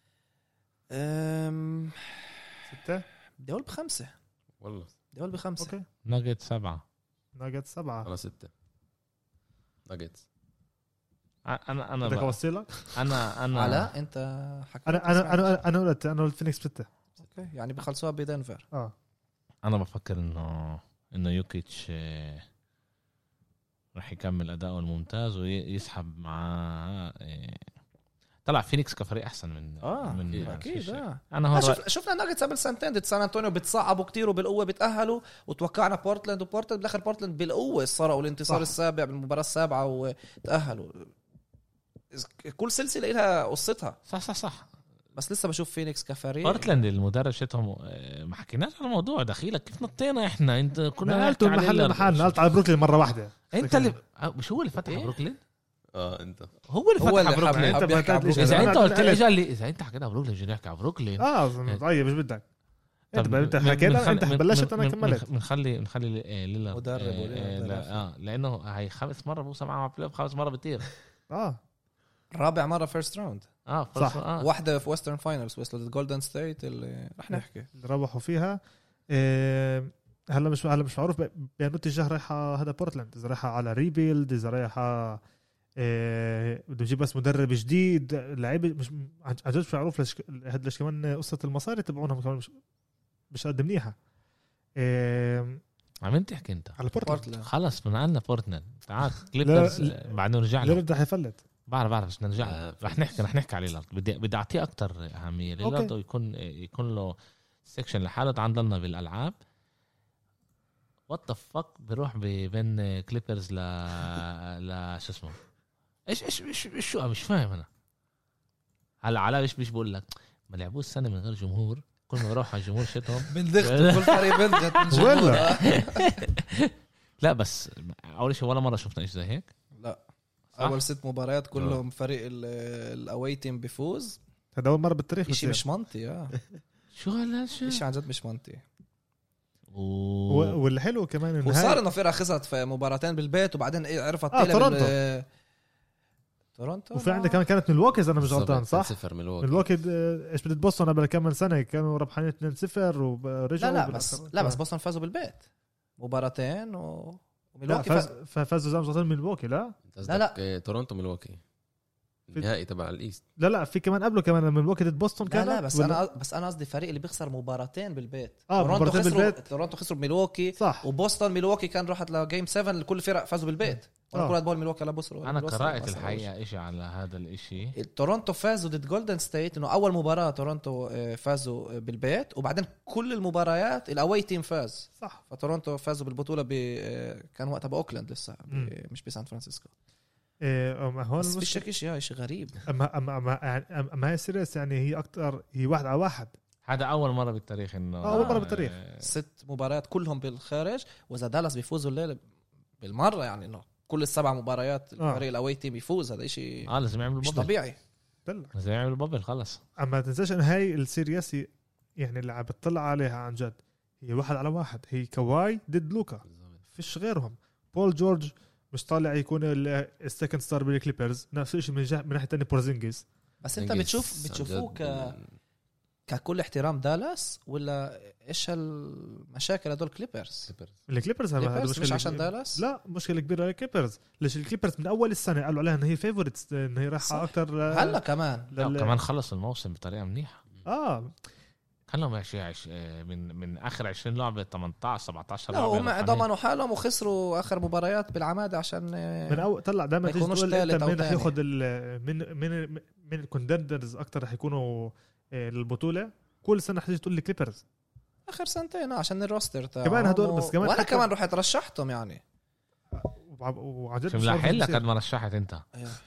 أم... ستة. بدي اقول بخمسه، والله بدي اقول بخمسه. اوكي. ناجت سبعة. ناجت سبعة. انا ستة ناجتس. انا انا بدك بقى. اوصي لك؟ انا انا علاء انت حكيت انا انا انا انا قلت انا قلت فينيكس ستة. اوكي يعني بخلصوها بدنفر. اه انا بفكر انه انه يوكيتش آه، راح يكمل اداؤه الممتاز ويسحب معاه. آه، طلع فينيكس كفريق احسن من اه من اكيد. شيء. اه انا هون شوف شفنا الناجتس قبل سنتين ضد سان انطونيو بتصعبوا كتير وبالقوه بتاهلوا، وتوقعنا بورتلاند وبورتلاند بالاخر بورتلاند بالقوه صاروا الانتصار صح. السابع بالمباراه السابعه وتاهلوا. كل سلسله لها قصتها، صح صح صح. بس لسه بشوف فينيكس كفريق. بورتلاند المدرب شتهم آه، ما حكيناش على الموضوع دخيلك كيف نطينا احنا. انت كنا نقلت نحكي على المحل ليلارد. محل نقلت على بروكلين مرة واحدة. انت اللي آه، مش هو اللي فتح إيه؟ بروكلين. اه انت هو اللي هو فتح اللي بروكلين. حب- انت يحكي على ما تدري. اذا أنا انت قلت لي قلت- اجى اللي اذا انت حكيت على بروكلين جينا نحكي على بروكلين. اه طيب مش بدك انت طب انت من- حكيت من- انت من- بلشت انا من- كملت. من خلي نخلي ليلارد مدرب آه، وليه آه، مدرب. لا، اه لانه هي خامس مره بوصل معه على بلاي خامس مره بيطير. اه رابع مره فيرست راوند، اه صح. فرصة، اه واحده في ويسترن فاينلز وصلوا ضد جولدن ستيت اللي رح نحكي. اللي ربحوا فيها. إيه هلا مش هلا مش معروف بانه اتجاه رايحه هذا بورتلاند، اذا رايحه على ريبيلد، اذا رايحه إيه بده يجيب بس مدرب جديد لعيبه مش عن جد مش معروف ليش هاد ليش كمان قصه المصاري تبعونهم كمان مش مش قد منيحه. إيه عم تحكي انت على بورتلاند بورتلاند خلص من عنا بورتلاند تعال كليبرز لا، بعدين نرجع له. ليلارد رح يفلت. بعرف بعرف بس نرجع له. آه، رح نحكي رح نحكي على ليلارد. بدي بدي اعطيه اكثر اهميه ليلارد ويكون يكون له سيكشن لحاله. تعال ضلنا بالالعاب. وات ذا فك بيروح بين كليبرز ل ل شو اسمه ايش ايش ايش ايش شو مش فاهم انا. هلا علاء ايش بيش بقول لك ما لعبوش سنه من غير جمهور. كل ما بروح على الجمهور شتهم بندغت كل فريق بندغت من ولا. جمهور. لا بس اول شيء ولا مره شفنا ايش زي هيك. لا صح؟ اول ست مباريات كلهم فريق الاواي تيم بيفوز. هذا اول مره بالتاريخ شيء بتصير. مش منطقي. اه شو هلا شو شيء عن جد مش منطقي. و... و- والحلو كمان انه وصار هاي انه فرقه خسرت في مباراتين بالبيت وبعدين إيه عرفت آه، تقلب تورونتو. ال- تورونتو وفي لا. عندك كمان كانت ملواكي اذا انا مش غلطان صح؟ صفر ملواكي. ملواكي آه، ايش بدت بوسطن قبل كم سنه كانوا ربحانين اثنين صفر ورجعوا لا لا بالآخر. بس لا بس بوسطن فازوا بالبيت مباراتين و... لا وميلواكي فاز فاز... فازوا زي ما غلطان من ملواكي. لا لا، لا. لا تورونتو ملواكي النهائي تبع الايست. لا لا في كمان قبله كمان لما ملواكي ضد بوسطن لا كانت لا بس ولا- انا بس انا قصدي فريق اللي بيخسر مباراتين بالبيت. آه، تورونتو مباراتين خسروا بالبيت. تورونتو خسروا بميلواكي صح وبوسطن ميلواكي كان راحت لجيم سبعة كل فرق فازوا بالبيت. آه. وانا كل بول ميلواكي لا بصروا انا قرأت الحقيقه إشي على هذا الإشي. تورونتو فازوا ضد جولدن ستيت انه اول مباراه تورونتو آه، فازوا آه، بالبيت وبعدين كل المباريات الاواي تيم فاز. صح. فتورونتو فازوا بالبطوله ب آه، كان وقتها باوكلاند لسه ب- مم. مش بسان فرانسيسكو. إيه أما هون بس المشكلة- فيش هيك شيء شيء غريب. اما اما اما يعني اما هي سيريس يعني هي اكثر هي واحد على واحد. هذا اول مره بالتاريخ انه آه، أول مرة بالتاريخ. آه، ست مباريات كلهم بالخارج واذا دالاس بيفوزوا الليله بالمره يعني انه كل السبع مباريات آه. الفريق الاواي تيم يفوز. هذا شيء اه لازم يعملوا مش بابل. طبيعي. دلك. لازم يعملوا بابل خلص. اما تنساش ان هاي السيريس هي- يعني اللي عم بتطلع عليها عن جد هي واحد على واحد. هي كواي ضد لوكا فيش غيرهم. بول جورج مش طالع يكون السكند ستار بالكليبرز. نفس الشيء من جهه من ناحيه ثانيه بورزينجيز. بس انت بتشوف بتشوفوه ك ككل احترام دالاس ولا ايش المشاكل هدول كليبرز الكليبرز هذا كليبرز مش مشكلة عشان كبيرة. دالاس لا مشكله كبيره للكليبرز. ليش الكليبرز من اول السنه قالوا عليها ان هي فيفورتس ان هي رايحه اكثر هلا كمان لا لل... كمان خلص الموسم بطريقه منيحه. اه كان لهم شيء عش... من من اخر عشرين لعبه ثمانية عشر سبعة عشر لا لعبه هم ضمنوا حالهم وخسروا اخر مباريات بالعماده عشان من اول طلع دائما تيجي يكونوش تقول انت تالت أو مين رح تاني. ياخذ ال... من من من الكوندندرز اكثر رح يكونوا آه، للبطوله. كل سنه حتيجي تقول لي كليبرز اخر سنتين عشان الروستر تاعهم كمان هدول بس كمان وانا حتى- كمان رحت رشحتهم يعني وعن جد في مش عارف ملاحق لك بصير. قد ما رشحت انت.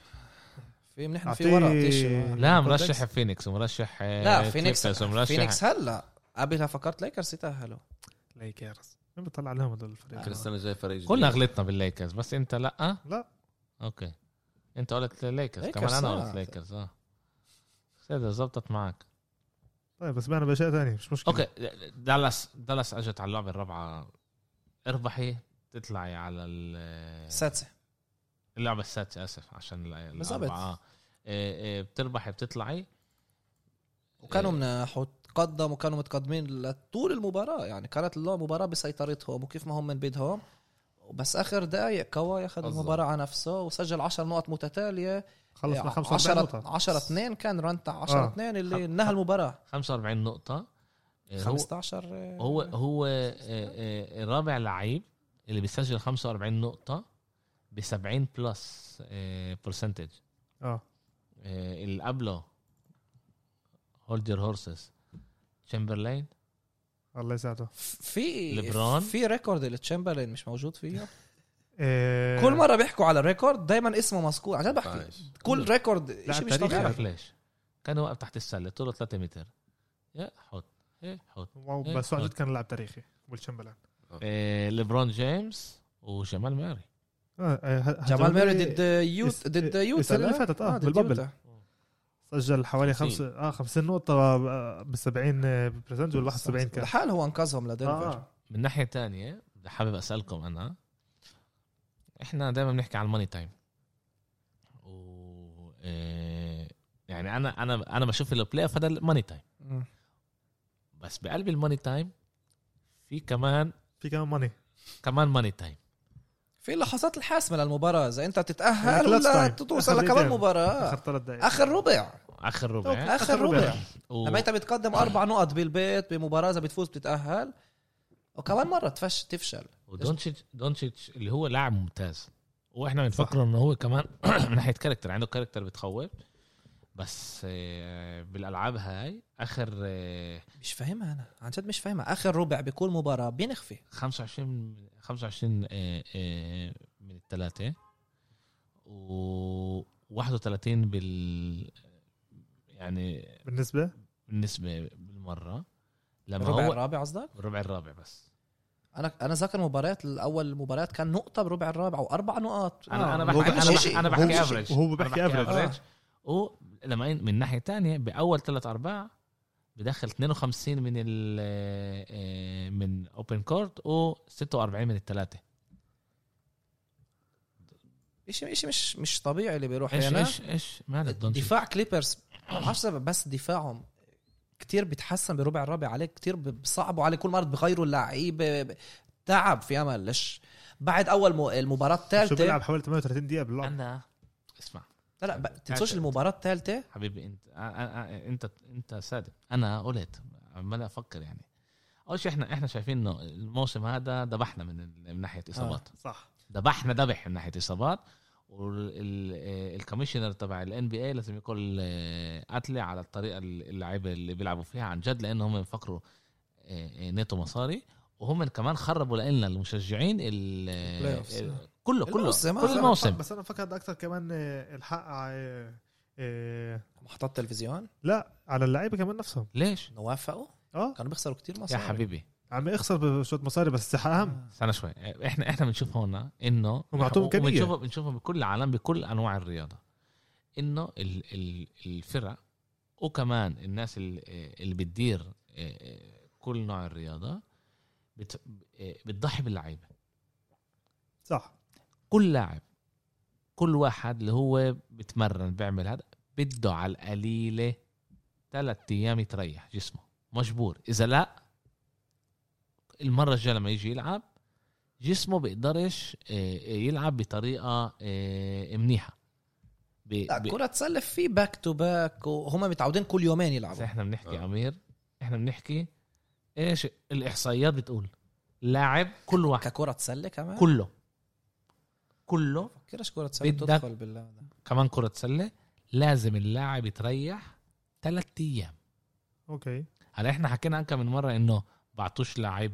في منحن في أعطيه- ورق تيشي لا كونتكست. مرشح فينيكس ومرشح لا فينيكس كليبرز ومرشح فينيكس هلا قبلها فكرت ليكرز يتأهلوا ليكرز مين بيطلع عليهم هدول الفريق؟ كل السنه الجاي فريق جديد. كلنا غلطنا بالليكرز بس انت لا. لا اوكي انت قلت ليكرز ليكرز، كمان انا آه. قلت ليكرز اه سيدة زبطت معك. طيب بس بعنا باشياء ثانيه مش مشكله. اوكي دالاس دالاس اجت على اللعبه الرابعه اربحي تطلعي على ال- السادسة اللعبه السادسه اسف عشان ال- بالضبط. الاربعه إيه إيه بتربحي بتطلعي وكانوا إيه. مناح وتقدموا وكانوا متقدمين لطول المباراة يعني كانت اللعبة مباراة بسيطرتهم وكيف ما هم من بدهم. بس آخر دقايق كواي أخذ بالضبط. المباراة على نفسه وسجل عشر نقط متتالية. خلص مع خمسة وأربعين نقطه. عشرة اثنين كان رنتع عشرة اثنين اللي نهى المباراة. خمسة وأربعين نقطه. إيه هو خمسة عشر هو هو إيه إيه الرابع لعيب اللي بيسجل خمسة وأربعين نقطه ب سبعين بلس برسنتج. اه اللي قبله هولد يور هورسز تشامبرلين الله يساعده. في ليبرون. في ريكورد اللي تشامبرلين مش موجود فيه. إيه كل مرة بيحكوا على الريكورد دايما اسمه مذكور عشان بحكي عايش. كل ريكورد لا، شيء مش تاريخ طبيعي. بعرف ليش كان واقف تحت السله طوله ثلاثة متر يا حط ايه حط واو، إيه، بس عن جد آه. كان لاعب تاريخي والشمبلان. إيه ليبرون جيمس وجمال ماري. آه آه، جمال ماري ماري ضد يوت ضد يوتا السنة اللي لا؟ فاتت، آه، ضد بالبابل. يوتا. سجل حوالي خمسين. خمسة اه خمسين نقطة ب سبعين برسنت ولا واحد وسبعين كان. لحال هو انقذهم لدنفر. آه. من ناحيه تانية بدي حابب اسالكم انا احنا دائما بنحكي عن الماني تايم و إيه يعني انا انا انا بشوف البلاي اوف هذا الماني تايم مم. بس بقلب الماني تايم في كمان في كمان ماني. كمان ماني تايم. في اللحظات الحاسمة للمباراة إذا أنت تتأهل كلاتش ولا تايم. توصل آخر لكمان دقيقتين. مباراة آخر ثلاث دقائق. آخر ربع اخر ربع آخر ربع. ربع و... لما أنت بتقدم أربع نقط بالبيت بمباراة إذا بتفوز بتتأهل وكمان مرة تفش تفشل. ودونتشيتش دونتشيتش اللي هو لاعب ممتاز واحنا بنفكره انه هو كمان من ناحيه كاركتر عنده كاركتر بتخوف بس آه، بالالعاب هاي اخر آه، مش فاهمها أنا عن جد مش فاهمها. آخر ربع بكل مباراة بينخفي. خمسة وعشرين خمسة وعشرين آه، آه، من الثلاثه و واحد وثلاثين بال يعني بالنسبة بالنسبه بالمره لما الربع هو الرابع قصدك؟ الربع الرابع بس أنا أنا ذاكر المباريات الأول المباريات كان نقطة بربع الرابع أو أربع نقط. انا انا هو بحكي بحكي انا شيء. بحكي انا هو بحكي شيء. افريج وهو بحكي average. ولما من ناحيه تانية باول ثلاث ارباع بدخل اثنين وخمسين من ال آه، من اوبن كورت و ستة وأربعين من الثلاثه. إشي إشي مش مش طبيعي اللي بيروح ايش هنا. ايش ايش مالك دونتشيتش؟ دفاع كليبرز عشرة بس دفاعهم كتير بيتحسن بربع الرابع عليه كتير بصعبوا عليه كل مرة بغيروا اللعيبة تعب في امل ليش بعد اول م- المباراة شو الثالثة. بيلعب حوالي ثمانية وثلاثين دقيقة باللعب. انا اسمع لا لا ب- تنسوش المباراة الثالثة. حبيبي انت آه، آه، آه، انت انت صادق. انا قلت عمال افكر يعني اول شيء احنا احنا شايفين انه الموسم هذا ذبحنا من ال- من ناحيه اصابات. صح. ذبحنا ذبح من ناحيه اصابات والكوميشنر تبع الان بي اي لازم يكون آه، قتله على الطريقه اللعيبه اللي بيلعبوا فيها عن جد لانه هم بيفكروا آه، آه، نيتو مصاري وهم كمان خربوا لنا المشجعين ال- Playoffs. ال- كله كله الموسم، كل آه. الموسم. بس أنا فكرت أكثر كمان آه، الحق آه، آه، محطات تلفزيون لا على اللعيبة كمان نفسهم. ليش نوافقوا اه كانوا بيخسروا كتير يا مصاري. حبيبي عم يخسر بشوية مصاري بس أهم. استنى شوي احنا احنا بنشوف هون انه هم أعطوهم إمكانية. بنشوفه بنشوفه بكل العالم بكل انواع الرياضه انه ال- ال- الفرق وكمان الناس اللي, اللي بتدير كل نوع الرياضه بت- بتضحي باللعيبه. صح. كل لاعب كل واحد اللي هو بتمرن بيعمل هذا بده على القليله ثلاث ايام يتريح جسمه مجبور. اذا لا المره الجايه لما يجي يلعب جسمه بيقدرش يلعب بطريقه منيحه. لا كرة تسلف في باك تو باك وهم متعودين كل يومين يلعبوا. احنا بنحكي آه. امير احنا بنحكي ايش الاحصائيات بتقول لاعب كل واحد ككرة تسلة كمان كله كله كيرش كرة تسلة تدخل بالله كمان كرة سلة لازم اللاعب يتريح ثلاث ايام. اوكي هلا احنا حكينا عنك من مرة انه بعطوش لاعب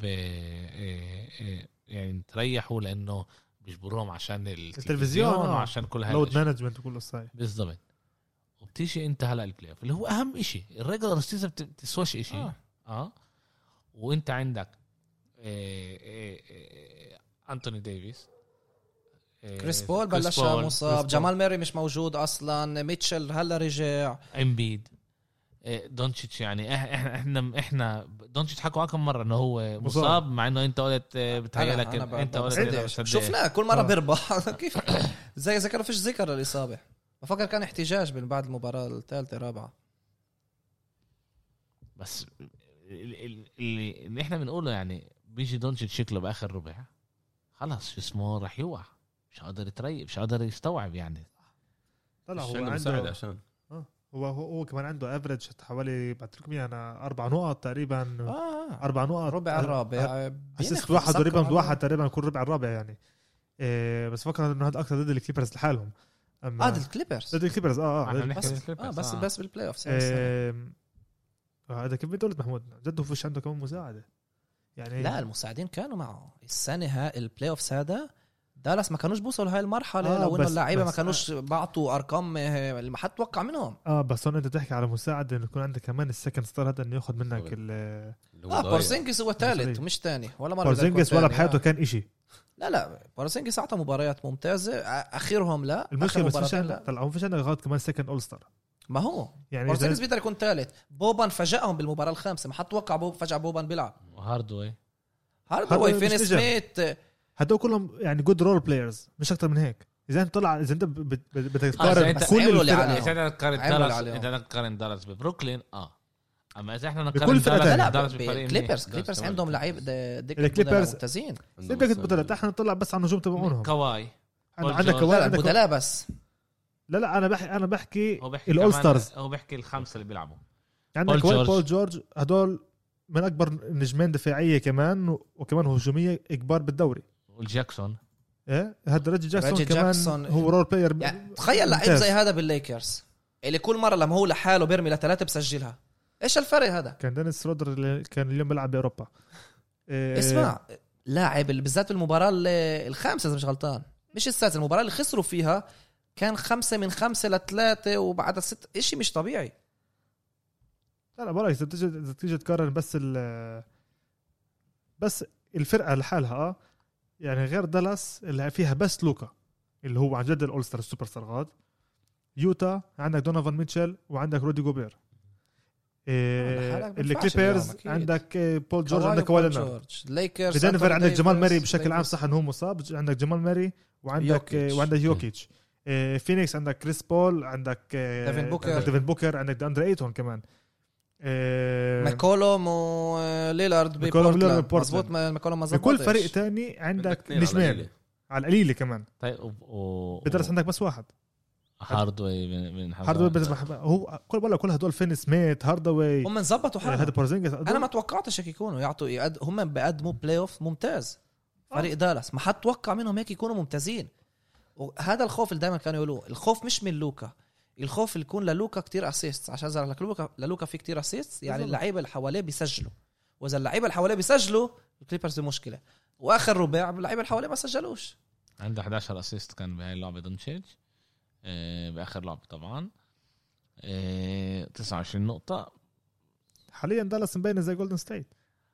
يعني تريحوا لانه بيجبروهم عشان التلفزيون وعشان كل هاي لود مانجمنت وكله صحيح بالضبط. وبتيجي انت هلا البلاي اوف اللي هو اهم إشي الريجولر سيزون بتسواش إشي اه, آه. وانت عندك إيه إيه إيه أنتوني ديفيس إيه كريس بول بلش مصاب جمال ماري مش موجود اصلا ميتشل هلا رجع امبيد إيه دونتشيتش يعني احنا احنا احنا دونتشيتش حكوا كم مره انه هو مصاب مع انه انت قلت بتهيألك انت قلت شفنا كل مره بيربح كيف زي ذكروا فيش ذكر للاصابه بفكر كان احتجاج من بعد المباراه الثالثه الرابعه. بس اللي, اللي احنا بنقوله يعني بيجي دونتشيتش شكله باخر ربع خلاص جسمه راح يوقع مش قادر يتريق مش قادر يستوعب يعني. طلع هو عنده عشان آه. هو هو كمان عنده افريج حوالي بعت لكم انا اربع نقط تقريبا آه. اربع نقط ربع الرابع اسيست واحد وريباوند واحد تقريبا يكون ربع الرابع يعني إيه بس فكر انه هذا اكثر ضد الكليبرز لحالهم. اه ضد الكليبرز ضد الكليبرز اه اه بس آه بس آه. بس بالبلاي اوف هذا كيف بتقول محمود جد فيش عنده كمان مساعده يعني. لا المساعدين كانوا معه السنه ها البلاي اوف هذا دالاس ما كانوش بوصلوا هاي المرحله آه لو انه اللعيبه ما كانوش آه بعطوا ارقام اللي ما حد توقع منهم. اه بس هون انت تحكي على مساعده انه يكون عندك كمان السكند ستار هذا انه ياخذ منك ال اه بورزينجس هو ثالث ومش ثاني ولا مره بورزينجس ولا بحياته آه. كان إشي. لا لا بورزينجس اعطى مباريات ممتازه اخرهم لا المشكله بس فيش طلعوا فيش عندك غلط كمان سكند اول ستار ما هو يعني بورزينجس بيقدر يكون ثالث. بوبان فاجأهم بالمباراه الخامسه ما حد توقع بوب فجأة بوبان بيلعب هاردوي هاردوي فين سميث هدول كلهم يعني جود رول بلايرز مش اكتر من هيك. اذا انت طلع اذا انت بدك تقارن كل اللي عليه اذا تقارن دالاس اذا تقارن دالاس ببروكلين اه اما اذا احنا نقارن دالاس بالكليبرز كليبرز عندهم لعيب الكليبرز ممتازين. بدك بدل احنا نطلع بس على النجوم تبعونهم كواي عندك كواي عندك بدلاء بس لا لا انا بحكي انا بحكي الاول ستارز هو بحكي الخمسه اللي بيلعبوا عندك بول, بول جورج هدول من اكبر نجمين دفاعيه كمان وكمان هجوميه كبار بالدوري. والجاكسون ايه هذا ريجي جاكسون ريجي كمان جاكسون هو رول بلاير يعني تخيل لعيب زي هذا بالليكرز اللي كل مره لما هو لحاله بيرمي لثلاثه بسجلها. ايش الفرق هذا؟ كان دينيس رودر اللي كان اليوم بيلعب باوروبا. إيه اسمع لاعب بالذات المباراه الخامسه اذا مش غلطان مش السادسه المباراه اللي خسروا فيها كان خمسة من خمسة لثلاثة وبعد ست إشي مش طبيعي. لا لا برايك إذا تيجي تقارن بس ال بس الفرقة لحالها اه يعني غير دالاس اللي فيها بس لوكا اللي هو عن جد الأول ستار السوبر ستار غاد. يوتا عندك دونوفان ميتشل وعندك رودي جوبير. إيه اللي كليبرز عندك بول جورج عندك كواي لينارد. ليكرز بدنفر عندك جمال ماري بشكل عام صح انه هو مصاب عندك جمال ماري وعندك يوكيتش. وعندك يوكيتش. إيه فينيكس عندك كريس بول عندك ديفين بوكر عندك ديفين بوكر عندك داندري ايتون كمان إيه ماكولوم وليلارد ببورتلاند مظبوط ماكولوم مظبوط. بكل فريق تاني عندك نجمين على القليله كمان. طيب و... بدرس عندك بس واحد هاردوي من هاردوي هو كل بقول كل هدول فين سميث هاردوي هم نظبطوا حالهم. هذا بورزينجس انا ما توقعتش هيك يكونوا يعطوا يقد... هم بيقدموا بلاي اوف ممتاز. فريق آه. دالاس ما حد توقع منهم هيك يكونوا ممتازين. وهذا الخوف اللي دائما كانوا يقولوه الخوف مش من لوكا الخوف اللي يكون للوكا كتير اسيست عشان زي لك لوكا للوكا في كتير اسيست يعني اللعيبه اللي حواليه بيسجلوا واذا اللعيبه اللي حواليه بيسجلوا الكليبرز مشكله واخر ربع اللعيبه اللي حواليه ما سجلوش. عنده إحدى عشر اسيست كان بهاي اللعبه دونتشيتش إيه باخر لعبه طبعا إيه تسعة وعشرين نقطه حاليا دالاس مبين زي جولدن ستيت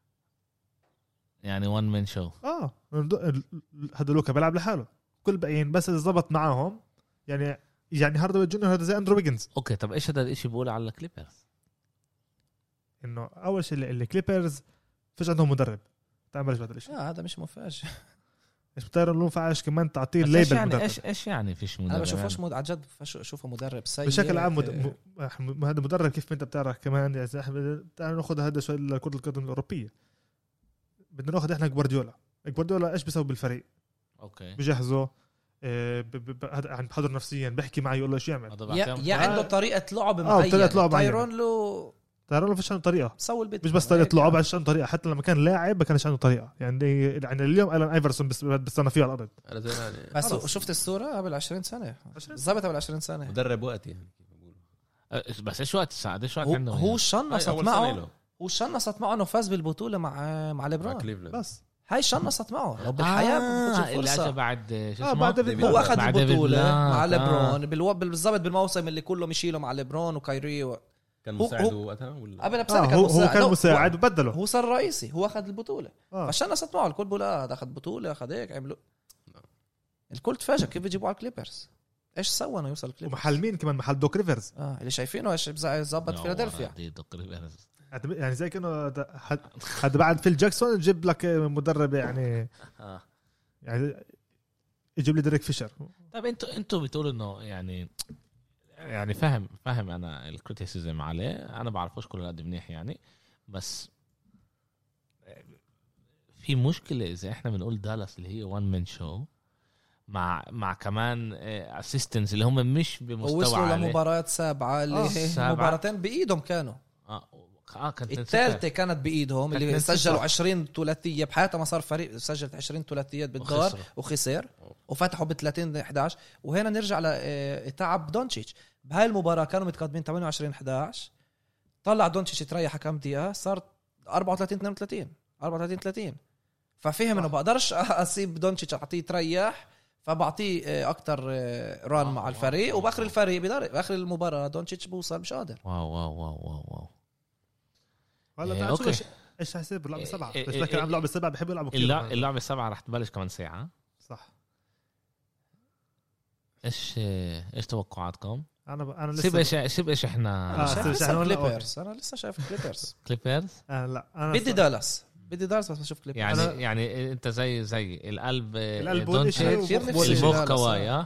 يعني وان مان شو. اه هذا لوكا بيلعب لحاله كل باقيين بس اذا ضبط معاهم يعني يعني هاردوي جونيور هذا زي اندرو ويجنز. اوكي طب ايش هذا الاشي بيقول على الكليبرز انه اول شيء الكليبرز فيش عندهم مدرب تعملش هذا الاشي. اه هذا مش مفاجئ ايش تايرون لو فعاش كمان تعطيه بس ليبل ايش يعني مدرب. ايش ايش يعني فيش مدرب انا بشوفوش يعني. مد... عن جد بفش- اشوفه مدرب سيء بشكل عام مد... آه، م... هذا مدرب كيف ما انت بتعرف كمان يعني احنا تعال ناخذ هذا شوي لكرة القدم الأوروبية. بدنا ناخذ احنا جوارديولا. جوارديولا ايش بيسوي بالفريق؟ اوكي بجهزه آه، ب... ب... ب... هذا يعني بحضر نفسيا بحكي معي يقول له ايش يعمل. هذا يا, بعتقد- يا عنده طريقه لعب آه، معينه طريقة لعب معينة. تايرون له ترى ما فيش عنده طريقة بسوي البيت مش بس طريقة لعب عشان طريقة حتى لما كان لاعب ما كانش عنده طريقة يعني يعني اليوم ألان ايفرسون بس بستنى فيه على الأرض. على زي يعني بس خلص. شفت الصورة قبل عشرين سنة عشرين ظبط قبل عشرين سنة مدرب وقت يعني كيف بقول. أه، بس ايش وقت الساعه ايش وقت هو, عنده هو هاي شنصت أول سنة معه له هو شنصت معه انه فاز بالبطولة مع مع مع ليبرون كليفلاند. بس هاي شنصت معه لو بالحياة آه بتاخدش اللي اجى الفرصة بعد شو آه، اسمه بعد ديفيد هو اخذ مع ديفيد البطولة بلانك، مع آه. ليبرون بالو... بالضبط بالموسم اللي كله مشيله مع ليبرون وكايري و... كان هو- مساعد هو- وقتها ولا قبل آه بسنة كان هو, هو مساعد كان لا، مساعد وبدله. هو صار رئيسي هو اخذ البطولة آه. فشنصت معه الكل بقول اه ده اخذ بطولة اخذ هيك عملوا الكل تفاجئ كيف بيجيبوا على الكليبرز ايش سوى انه يوصل الكليبرز ومحل مين كمان محل دوك ريفرز اه اللي شايفينه ايش ظبط فيلادلفيا يعني زي كانه ده- حد حد بعد فيل جاكسون يجيب لك مدرب يعني آه. يعني يجيب لي ديريك فيشر. طيب انتوا انتوا بتقولوا انه يعني يعني فاهم فاهم انا الكريتيسيزم عليه انا بعرفوش كل قد منيح يعني بس في مشكله اذا احنا بنقول دالاس اللي هي وان مان شو مع مع كمان اسيستنتس اللي هم مش بمستوى ووصلوا عالي. لمباراة سبعة اللي آه، هي سبعة. مباراتين بإيدهم كانوا اه اه كانت الثالثة كانت بإيدهم كانت اللي من سجلوا صفر. عشرين ثلاثية بحياتها ما صار فريق سجلت عشرين ثلاثيات بالدار وخسروا. وخسر وفتحوا ب ثلاثين احد عشر وهنا نرجع لتعب دونتشيتش بهاي المباراة كانوا متقدمين ثمانية وعشرين احد عشر طلع دونتشيتش تريح كم دقيقة صار أربعة وثلاثين اثنين وثلاثين أربعة وثلاثين ثلاثين ففهم انه بقدرش اسيب دونتشيتش اعطيه تريح فبعطيه اكتر ران مع الفريق وباخر الفريق بدار باخر المباراة دونتشيتش بوصل مش قادر واو واو واو واو واو هلا إيه، تعال أوكي. شو ايش ايش حيصير باللعبه سبعه إيه، بس إيه، لكن إيه، عم لعبه سبعه بحب يلعبوا كثير اللع- اللعبة السبعة رح تبلش كمان ساعة صح. ايش ايش توقعاتكم؟ انا ب... انا سيب لسه ايش سيب ايش احنا آه، شايف سيب لسه شحنون، لا، كليبرز انا لسه شايف كليبرز كليبرز آه لا انا بدي دالاس بدي دالاس بس بشوف كليبرز يعني أنا- يعني انت زي زي القلب القلب دونتش والإشي كتير ومخ نفسي والإشي. المخ دالاس، كواي آه. اه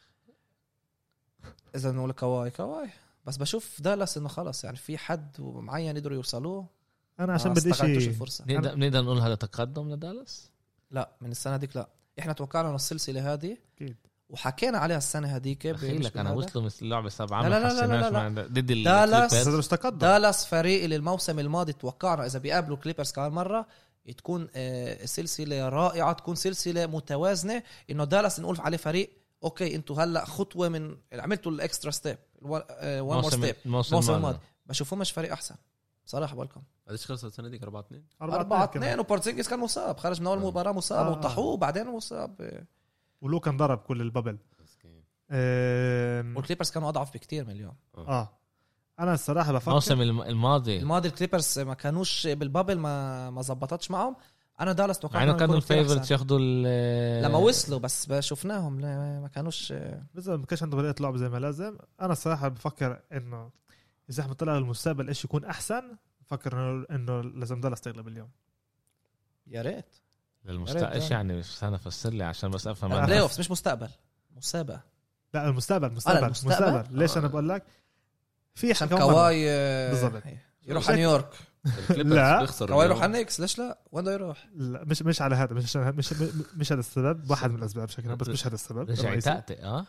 اذا نقول كواي كواي بس بشوف دالاس انه خلص يعني في حد معين يقدروا يوصلوه انا عشان ما بدي استغلتوش شيء الفرصه نقدر نقدر نقول هذا تقدم لدالاس لا من السنه هذيك لا احنا توقعنا انه السلسله هذه اكيد وحكينا عليها السنه هذيك اخي لك انا وصلوا مثل اللعبه سبعه لا، لا، ما لا، لا، حسيناش لا، لا. مع- ضد ال- دالاس. بس الكليبرز. هذا مش تقدم. دالاس فريق اللي الموسم الماضي توقعنا اذا بيقابلوا كليبرز كمان مره تكون آه، سلسله رائعه تكون سلسله متوازنه انه دالاس نقول عليه فريق اوكي انتوا هلا خطوه من عملتوا الاكسترا ستيب وان مور موسم ستيب الموسم الموسم الماضي الماضي بشوفهم مش فريق احسن بصراحه بالكم قديش خلصت السنه دي أربعة اثنين أربعة اثنين وبورتينجس كان مصاب خرج من اول آه. مباراه مصاب آه. وطحوه وبعدين مصاب ولو كان ضرب كل البابل. آم، والكليبرز كانوا اضعف بكتير من اليوم اه انا الصراحه بفكر الموسم الم- الماضي الماضي الكليبرز ما كانوش بالبابل ما ما زبطتش معهم انا دالاس مع توقعت انه إنهم كانوا يكونوا كتير الفيفورتس أحسن. ياخذوا ال- لما وصلوا بس شفناهم لا- ما كانوش بس ما كانش عنده طريقه لعب زي ما لازم. انا الصراحه بفكر انه اذا احنا طلع المستقبل ايش يكون احسن بفكر انه انه لازم دالاس تغلب اليوم. يا ريت للمستقبل ايش يعني سنه فسر لي عشان بس افهم أنا. بلاي اوفز مش مستقبل مسابقه لا المستقبل مستقبل آه، المستقبل؟ مستقبل ليش انا بقول لك في عشان كمان مرة. كواي آه، بالضبط. يروح على نيويورك لا. بيخسر كواي يروح اليوم. على النكس ليش لا وين بده يروح لا مش مش على هذا مش عشان مش مش هذا السبب واحد من الاسباب بشكل عام بس مش هذا السبب رجع الرئيسي. يتأتئ اه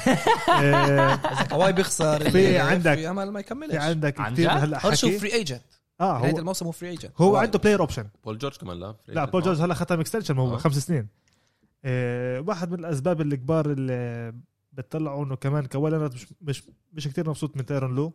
آه، اذا كواي بيخسر في عندك- في امل ما يكملش في عندك عن كثير جد؟ هلا هو شوف حكي فري ايجنت اه نهايه هو الموسم هو فري ايجنت هو عنده بلاير اوبشن. بول جورج كمان لا لا بول جورج هلا ختم اكستنشن ما هو آه. خمس سنين. آه، واحد من الاسباب الكبار اللي بتطلعوا انه كمان كواي لينارد مش مش مش كتير مبسوط من تايرون لو.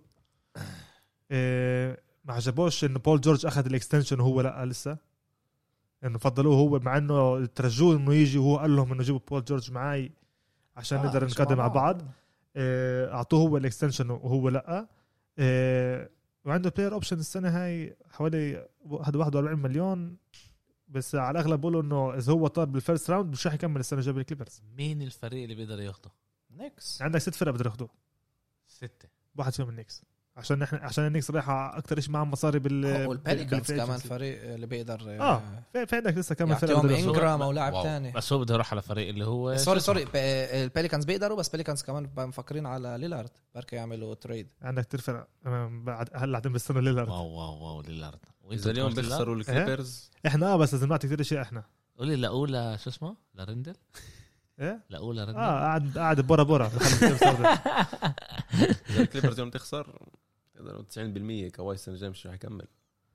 آه، ما عجبوش انه بول جورج اخذ الاكستنشن وهو لا لسه انه فضلوه هو مع انه ترجوه انه يجي وهو قال لهم انه جيبوا بول جورج معي عشان آه، نقدر مش نقدم مع مع بعض. آه، اعطوه هو الاكستنشن وهو لا. آه، وعنده بلاير اوبشن السنه هاي حوالي واحد وأربعين مليون بس على الاغلب بيقولوا انه اذا هو طار بالفيرست راوند مش راح يكمل السنه الجايه بالكليبرز. مين الفريق اللي بيقدر ياخده نكس عندك ست فرق بده ياخذوه ستة واحد فيهم النكس. عشان احنا عشان النكس رايحه اكثر شيء معهم مصاري بال والباليكانز كمان فريق اللي بيقدر اه في, في عندك لسه كمان فريق يعطيهم انجرام او لاعب تاني. بس هو بده يروح على فريق اللي هو سوري سوري الباليكانز بيقدروا بس باليكانز كمان مفكرين على ليلارد بركة يعملوا تريد. عندك ترفع بعد هلا عم بيستنوا ليلارد. واو واو واو ليلارد اذا اليوم بيخسروا الكليبرز احنا اه بس لازم نعطي كثير اشياء احنا. قولي لاقول شو اسمه لرندل ايه لاقول لرندل اه قاعد قاعد بورا بورا اذا الكليبرز اليوم تخسر تسعين بالمية كواي سان جيمس رح يكمل.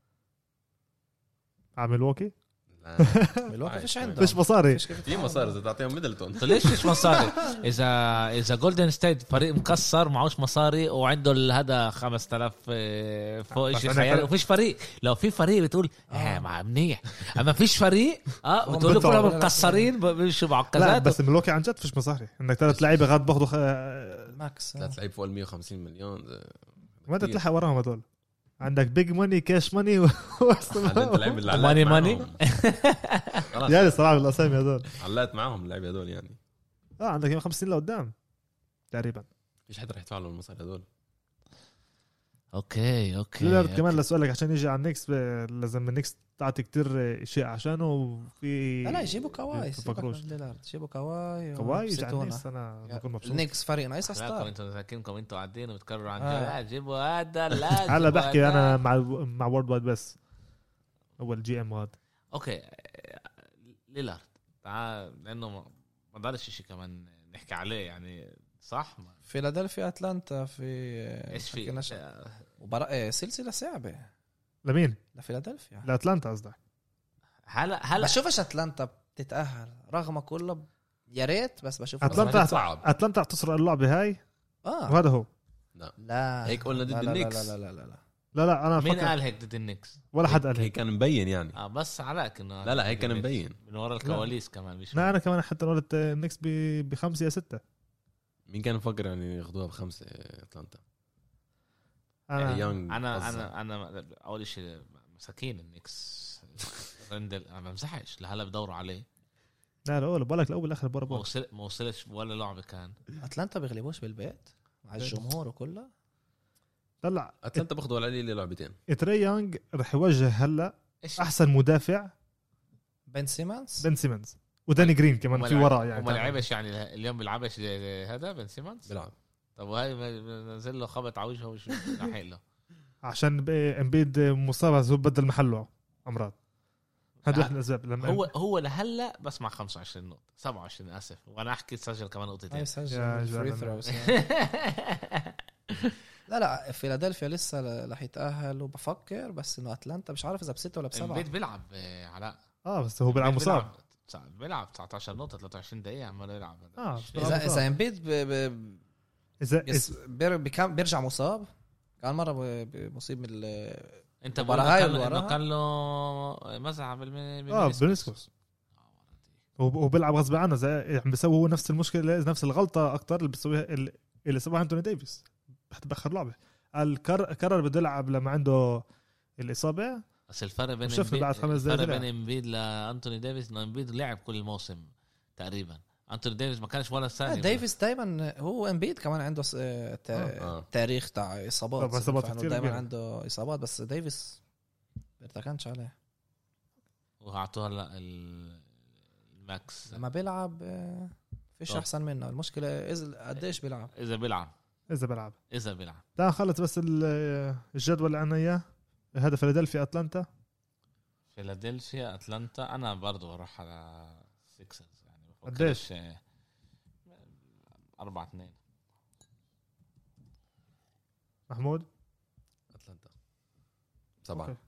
عامل ووكي ملواكي فيش عنده فيش مصاري في مصاري اذا تعطيهم ميدلتون. ليش فيش مصاري؟ اذا اذا جولدن ستيت فريق مكسر معوش مصاري وعنده هذا خمسة آلاف فوق شيء خيال وفيش فريق. لو في فريق بتقول اه مع منيح اما فيش فريق اه بتقولوا كلهم مكسرين بيمشوا معقزات. لا بس ملوكي عن جد فيش مصاري انك ثلاث لعيبه غاد باخذوا خ... ماكس ثلاث لعيبه فوق ال مية وخمسين مليون ما تلحق وراهم هدول. عندك بيج ماني كاش ماني ماني ماني يعني صراحه الاسامي هذول علقت معاهم اللعيبه هذول يعني اه عندك خمس سنين لقدام تقريبا فيش حد راح يدفع له المصاري هذول. اوكي اوكي ليلارد كمان لسؤالك عشان يجي على النكس لازم النكس تعطي كتير شيء عشانه وفي لا يجيبوا كواي ليلارد يجيبوا كواي كواي جانيس انا بكون مبسوط. النكس فريق نايس ستار. انتوا ساكنكم انتوا قاعدين وبتكرروا عن آه. جيبوا هذا لا هلا بحكي انا مع مع وورد وايد بس هو الجي ام هذا. اوكي ليلارد تعال لانه ما ضلش شيء كمان نحكي عليه يعني صح. فيلادلفيا اتلانتا في ايش في وبرا سلسله صعبه لمين؟ لفيلادلفيا لاتلانتا قصدك. هلا هلا بشوفش اتلانتا بتتاهل رغم كله يا ريت بس بشوف اتلانتا صعب. اتلانتا تسرق اللعبه هاي اه وهذا هو لا لا هيك قلنا ضد النكس. لا لا لا لا لا لا لا انا مين قال هيك ضد النكس؟ ولا حد قال هيك كان مبين يعني اه بس علاك انه لا لا هيك كان مبين من ورا الكواليس كمان مش لا انا كمان حتى قلت النكس بخمسة يا ستة. مين كان مفكر يعني ياخذوها بخمسة اتلانتا؟ انا انا انا, أنا اول شيء مساكين النكس رندل ما بمزحش لهلا بدوروا عليه. لا لا بالك الاول اخر بره ما وصل ما وصلش ولا لعبه كان. اتلانتا بيغلبوش بالبيت مع الجمهور وكله. طلع اتلانتا باخذوا على لي لعبتين. تري يونغ رح يوجه هلا احسن مدافع بن سيمنز بن سيمنز وداني جرين كمان في وراه يعني. وما لعبش يعني اليوم بيلعبش هذا بن سيمنز بيلعب. طب وهي نزل له خبط عوجه وش رايح له عشان امبيد مصاب هو بدل محله امراض. هذا واحد من الاسباب. لما هو هو لهلا بس مع خمسة وعشرين نقطه سبعة وعشرين اسف وانا احكي سجل كمان نقطتين. لا لا فيلادلفيا لسه رح يتاهل وبفكر بس انه اتلانتا مش عارف اذا بستة ولا بسبعة. امبيد بيلعب علاء اه بس هو بيلعب مصاب بيلعب تسعة عشر نقطه ثلاثة وعشرين دقيقه عمال يلعب. اه اذا اذا امبيد ب... ب... اذا بير... بكم بيرجع مصاب كان مره مصيب من انت بقول كان له مزعه بالمنسكوس. اه بالمنسكوس هو بيلعب غصب عنه زي عم بيسوي هو نفس المشكله نفس الغلطه اكتر اللي بيسويها اللي سواها انتوني ديفيس باخر لعبه. الكرر بده يلعب لما عنده الاصابه. بس الفرق بين امبيد بعد خمس دقائق الفرق بين امبيد لانتوني ديفيس انه امبيد لعب كل الموسم تقريبا. انتوني ديفيس ما كانش ولا ثاني. ديفيس دايما هو امبيد كمان عنده تاريخ تاع اصابات دايما عنده اصابات بس ديفيس بيرتكنش عليه وعطوه هلا الماكس لما بيلعب فيش طب. احسن منه. المشكله اذا قديش بيلعب اذا بيلعب اذا بيلعب اذا بيلعب تعال خلص بس الجدول اللي عنا اياه. هذا فيلادلفيا اتلانتا فيلادلفيا اتلانتا. انا برضو بروح على سيكسرز يعني قديش أربعة اثنين. محمود اتلانتا سبعة.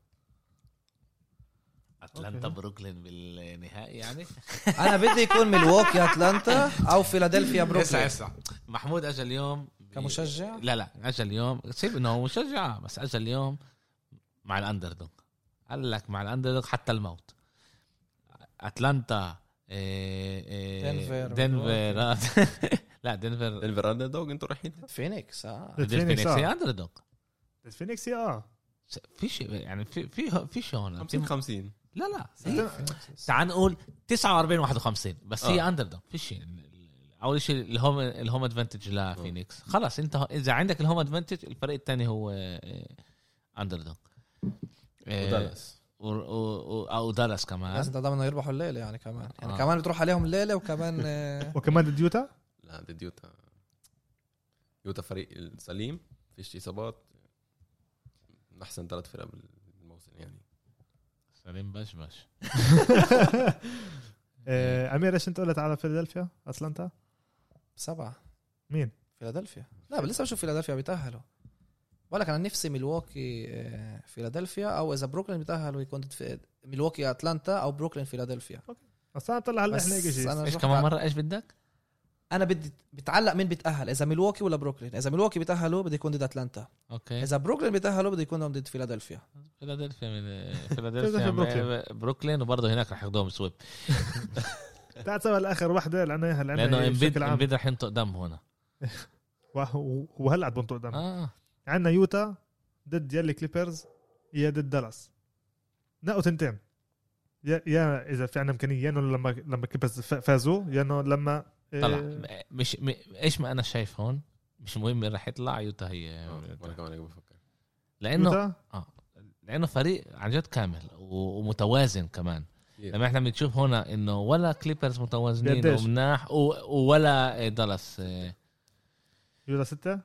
اتلانتا بروكلين بالنهائي يعني. انا بدي يكون ميلواكي اتلانتا او فيلادلفيا بروكلين. اسمع محمود اجى اليوم كمشجع. لا لا اجى اليوم سيب انه مشجع بس اجى اليوم مع الاندردوغ. قال لك مع الاندردوغ حتى الموت. اتلانتا إيه إيه دنفر دنفر لا دنفر دنفر اندردوغ. انتوا رايحين فينيكس. اه فينيكس هي اندردوغ. فينيكس اه في شيء يعني في في في شون خمسين خمسين. لا لا تعال نقول تسعة وأربعين واحد وخمسين بس هي آه. اندردوغ في شيء. اول شيء الهوم الهوم ادفانتج لفينيكس. خلاص انت اذا عندك الهوم ادفانتج الفريق الثاني هو اندر دوغ ودالاس او دالاس كمان لازم تضمن يربحوا الليله يعني كمان يعني آه. آه. كمان بتروح عليهم الليله وكمان آه، وكمان ضد يوتا. لا ضد يوتا. يوتا فريق السليم فيش اصابات من احسن ثلاث فرق بالموسم يعني. سليم باش باش. آه، امير ايش انت قلت على فيلادلفيا اتلانتا؟ سبعة مين؟ فيلادلفيا. لا لسه بشوف فيلادلفيا بيتأهلوا. ولا كان نفسي ميلواكي آه، فيلادلفيا او اذا بروكلين بيتأهلوا يكون في ميلواكي اتلانتا او بروكلين فيلادلفيا. بس انا طلع هلا بس احنا شيء. أنا ايش رحت كمان على- مره ايش بدك؟ انا بدي بتعلق مين بيتأهل اذا ميلواكي ولا بروكلين. اذا ميلواكي بيتأهلوا بده يكون ضد اتلانتا. اوكي اذا بروكلين بيتأهلوا بده يكون ضد فيلادلفيا. فيلادلفيا من فيلادلفيا فيلادلفيا بروكلين. بروكلين وبرضه هناك رح ياخذوهم سويب تعال سوا الاخر واحده لانه لانه لانه هي امبيد بشكل عام امبيد رح ينطق دم هنا. وهو هو هلا بنطق دم. اه عندنا يوتا ضد يلي كليبرز يا ضد دالاس. نقوا تنتين يا يا اذا في عندنا امكانيه يا انه لما لما كليبرز ف- فازوا يا انه لما إيه، طلع مش م... ايش ما انا شايف هون مش مهم مين رح يطلع يوتا هي آه، وانا كمان هيك بفكر. لانه يوتا اه لانه فريق عن جد كامل و- ومتوازن كمان. كتير. لما احنا بنشوف هنا انه ولا كليبرز متوازنين قديش؟ ومناح و... ولا دالاس آه، يوتا ستة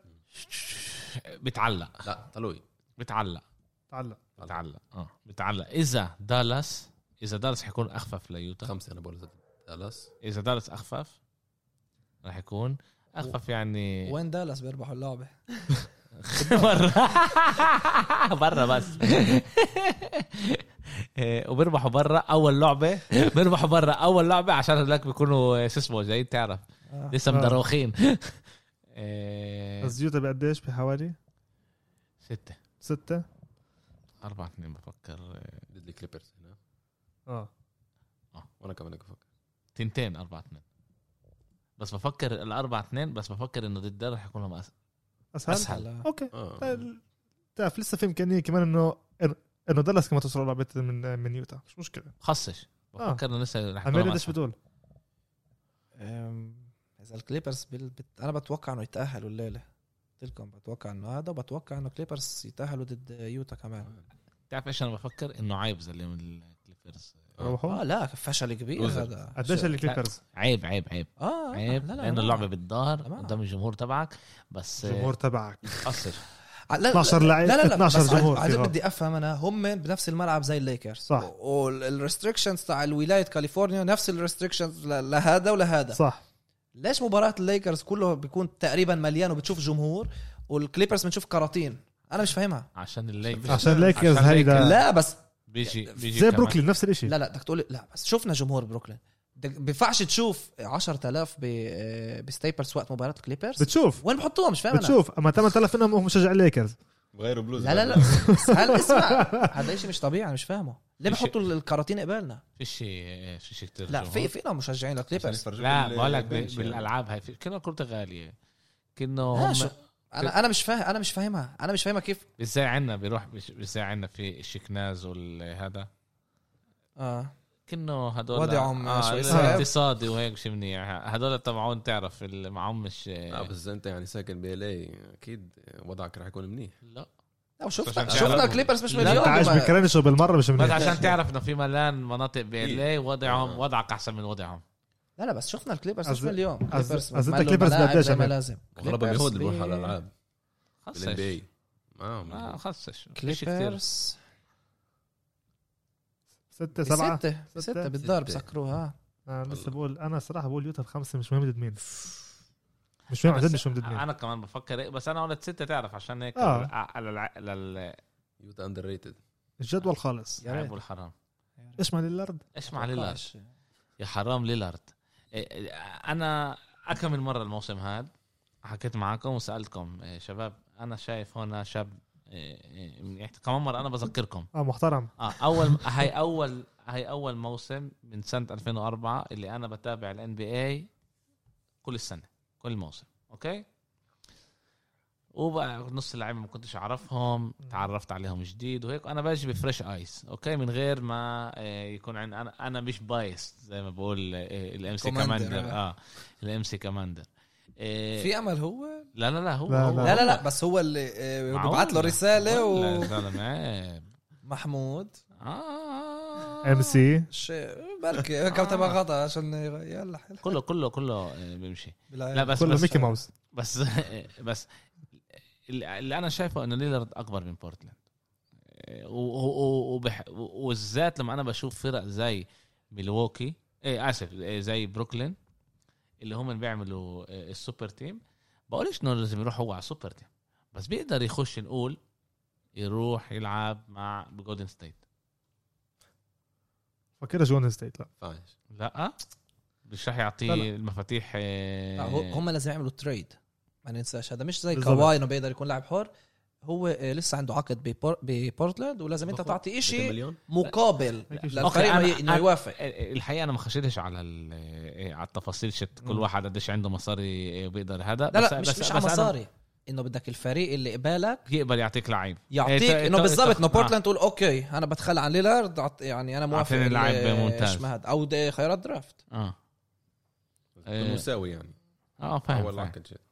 بتعلق لا طلوي بتعلق تعلق. بتعلق اه بتعلق اذا دالاس اذا دالاس حيكون اخفف ليوتا. خمسة انا بقول ضد دالاس. اذا دالاس اخفف رح يكون اخفف يعني وين دالاس بيربحوا اللعبه؟ برا برا بس إيه، وبيربحوا برا اول لعبه بيربحوا برا اول لعبه عشان هناك بيكونوا شو اسمه جاي تعرف آه. لسه آه. مدروخين. إيه، بس يوتا بقديش بحوالي ستة ستة. أربعة اثنين بفكر إيه، ضد الكليبرز هنا. اه وانا كمان هيك بفكر. تنتين أربعة اثنين بس بفكر الأربعة اثنين بس بفكر إنه ضد رح يكون لهم أس- اسهل, أسهل. لا. اوكي. اه طيب، تعرف لسه في امكانيه كمان انه انه دالاس كمان توصل لعبه من من يوتا مش مشكله. خصش بفكر إنه لسه رح يكون امير لهم ايش أسهل. بتقول؟ أم، اذا الكليبرز بال... بت... انا بتوقع انه يتاهلوا الليله. قلت لكم بتوقع انه هذا وبتوقع انه كليبرز يتاهلوا ضد يوتا كمان. تعرف إيش أنا بفكر إنه عيب زي اللي من الكليبرز. روحوا اه لا فشل كبير لوزر. هذا. قديش الكليبرز؟ عيب عيب عيب اه عيب لا لا لأنه لا. اللعبة بالظهر تمام. قدام الجمهور تبعك بس الجمهور تبعك خصش. لا لا اثناشر لاعب لا لا, لا اثناشر بس عن- جمهور عن جد فيها. بدي افهم انا هم بنفس الملعب زي الليكرز صح. والريستريكشنز تاع الولايه كاليفورنيا نفس الريستريكشنز لهذا ولهذا. صح. ليش مباراه الليكرز كله بيكون تقريبا مليان وبتشوف جمهور والكليبرز بنشوف كراتين؟ انا مش فاهمها. عشان الليكرز عشان ليكرز عشان هيدا ليكرز. لا بس بيجي بيجي زي كمان. بروكلين نفس الاشي. لا لا بدك تقول لا بس شفنا جمهور بروكلين. بدك- بينفعش تشوف عشرة آلاف ب- بستيبرز وقت مباراه الكليبرز. بتشوف وين بحطوهم مش فاهم انا. بتشوف اما ثمانية آلاف منهم هم مشجع الليكرز. بغيروا بلوز. لا لا لا بس هل اسمع هذا شيء مش طبيعي. أنا مش فاهمه ليه في شيء- بحطوا الكراتين قبالنا. في شيء في شيء كتير لا جمهور. في فينا مشجعين للكليبرز. لا بقول لك بالالعاب هاي في- كنا كرة غالية كنا لا هم شو انا انا مش فاهم انا مش فاهمها انا مش فاهمها كيف. ازاي عنا بيروح ازاي عنا في الشكناز والهذا اه كنا هدول وضعهم آه شوي صعب. اقتصادي وهيك شيء منيح هدول تبعون تعرف اللي معهم مش لا بس انت يعني ساكن ب اي اكيد وضعك رح يكون منيح. لا لا شفنا عشان شفنا تعرف- الكليبرز مش لا، لا مليون انت عايش ما- بكرنشو بالمره مش بس منيح. عشان تعرف انه في ملان مناطق بي إيه. وضعهم آه. وضعك احسن من وضعهم. لا لا بس شفنا الكليبرز مش أز- مليون. أز- كليبرز أز- أنت مالوا كليبرز الملاعب بقديش زي ما عمل؟ لازم. اغلبهم كليبرز يهود ب- بيروحوا على الالعاب خلص بالان بي اي. اه ما خلصش في شيء كتير كليبرز ستة سبعة. ستة ستة. ستة بالضرب ستة. سكروها. انا لسه بقول انا صراحه بقول يوتا بخمسه مش مهم ضد مين. مش مهم عن جد مش مهم ضد مين. انا كمان بفكر إيه، بس انا قلت ستة تعرف عشان هيك آه. على الع- على يوتا اندر ريتد. الجدول خالص. يا ريت. العيب والحرام اسمع ليلارد. اسمع ليلارد يا حرام ليلارد. إيه، إيه، انا اكمل مره الموسم هذا حكيت معاكم وسالتكم إيه، شباب انا شايف هنا شاب إيه، إيه، منيح. كمان مره انا بذكركم اه محترم. اه اول هاي اول هاي اول موسم من سنه ألفين وأربعة اللي انا بتابع الان بي اي كل السنه كل موسم اوكي. وبقى نص اللعيبه ما كنتش اعرفهم، تعرفت عليهم جديد وهيك. انا باجي بفريش ايس اوكي من غير ما يكون عن انا انا مش بايس زي ما بقول الام سي كوماندر. اه الام سي كوماندر في امل هو لا لا لا هو لا هو لا لا, لا بس هو اللي ببعت له رساله و محمود اه ام سي بركي كتب غلطه عشان يلا كله كله كله بيمشي. لا بس كله ميكي ماوس. بس بس اللي انا شايفه انه ليلارد اكبر من بورتلاند، وبالذات لما انا بشوف فرق زي ميلواukee ايه اسف زي بروكلين اللي هم بيعملوا السوبر تيم. بقولش انه لازم يروح هو على السوبر تيم، بس بيقدر يخش نقول يروح يلعب مع جولدن ستيت. فكرة جولدن ستيت لا فايش لا مش راح يعطيه المفاتيح. هم لازم يعملوا تريد ما ننساش، هذا مش زي كواي انه بيقدر يكون لاعب حر. هو لسه عنده عقد ببور... ببورتلاند ولازم انت تعطي إشي مقابل للفريق انه يوافق. الحقيقه انا ما خشيتش على على التفاصيل شت كل واحد قديش عنده مصاري بيقدر هذا. لا لا مش مش على مصاري، انه بدك الفريق اللي قبالك يقبل يعطيك لعيب يعطيك انه بالضبط انه بورتلاند تقول اوكي انا بتخلى عن ليلارد يعني انا موافق لاعب ممتاز او ده خيارات درافت اه مساوي يعني اه فاهم.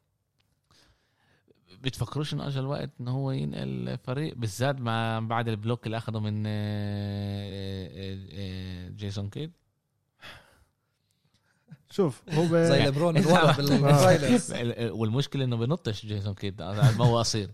بتفكروش انه اجى الوقت انه هو ينقل الفريق بالذات ما بعد البلوك اللي اخذه من جيسون كيد؟ شوف هو زي ليبرون الواحد بالفاينلز والمشكله انه بنطش جيسون كيد ما هو قصير.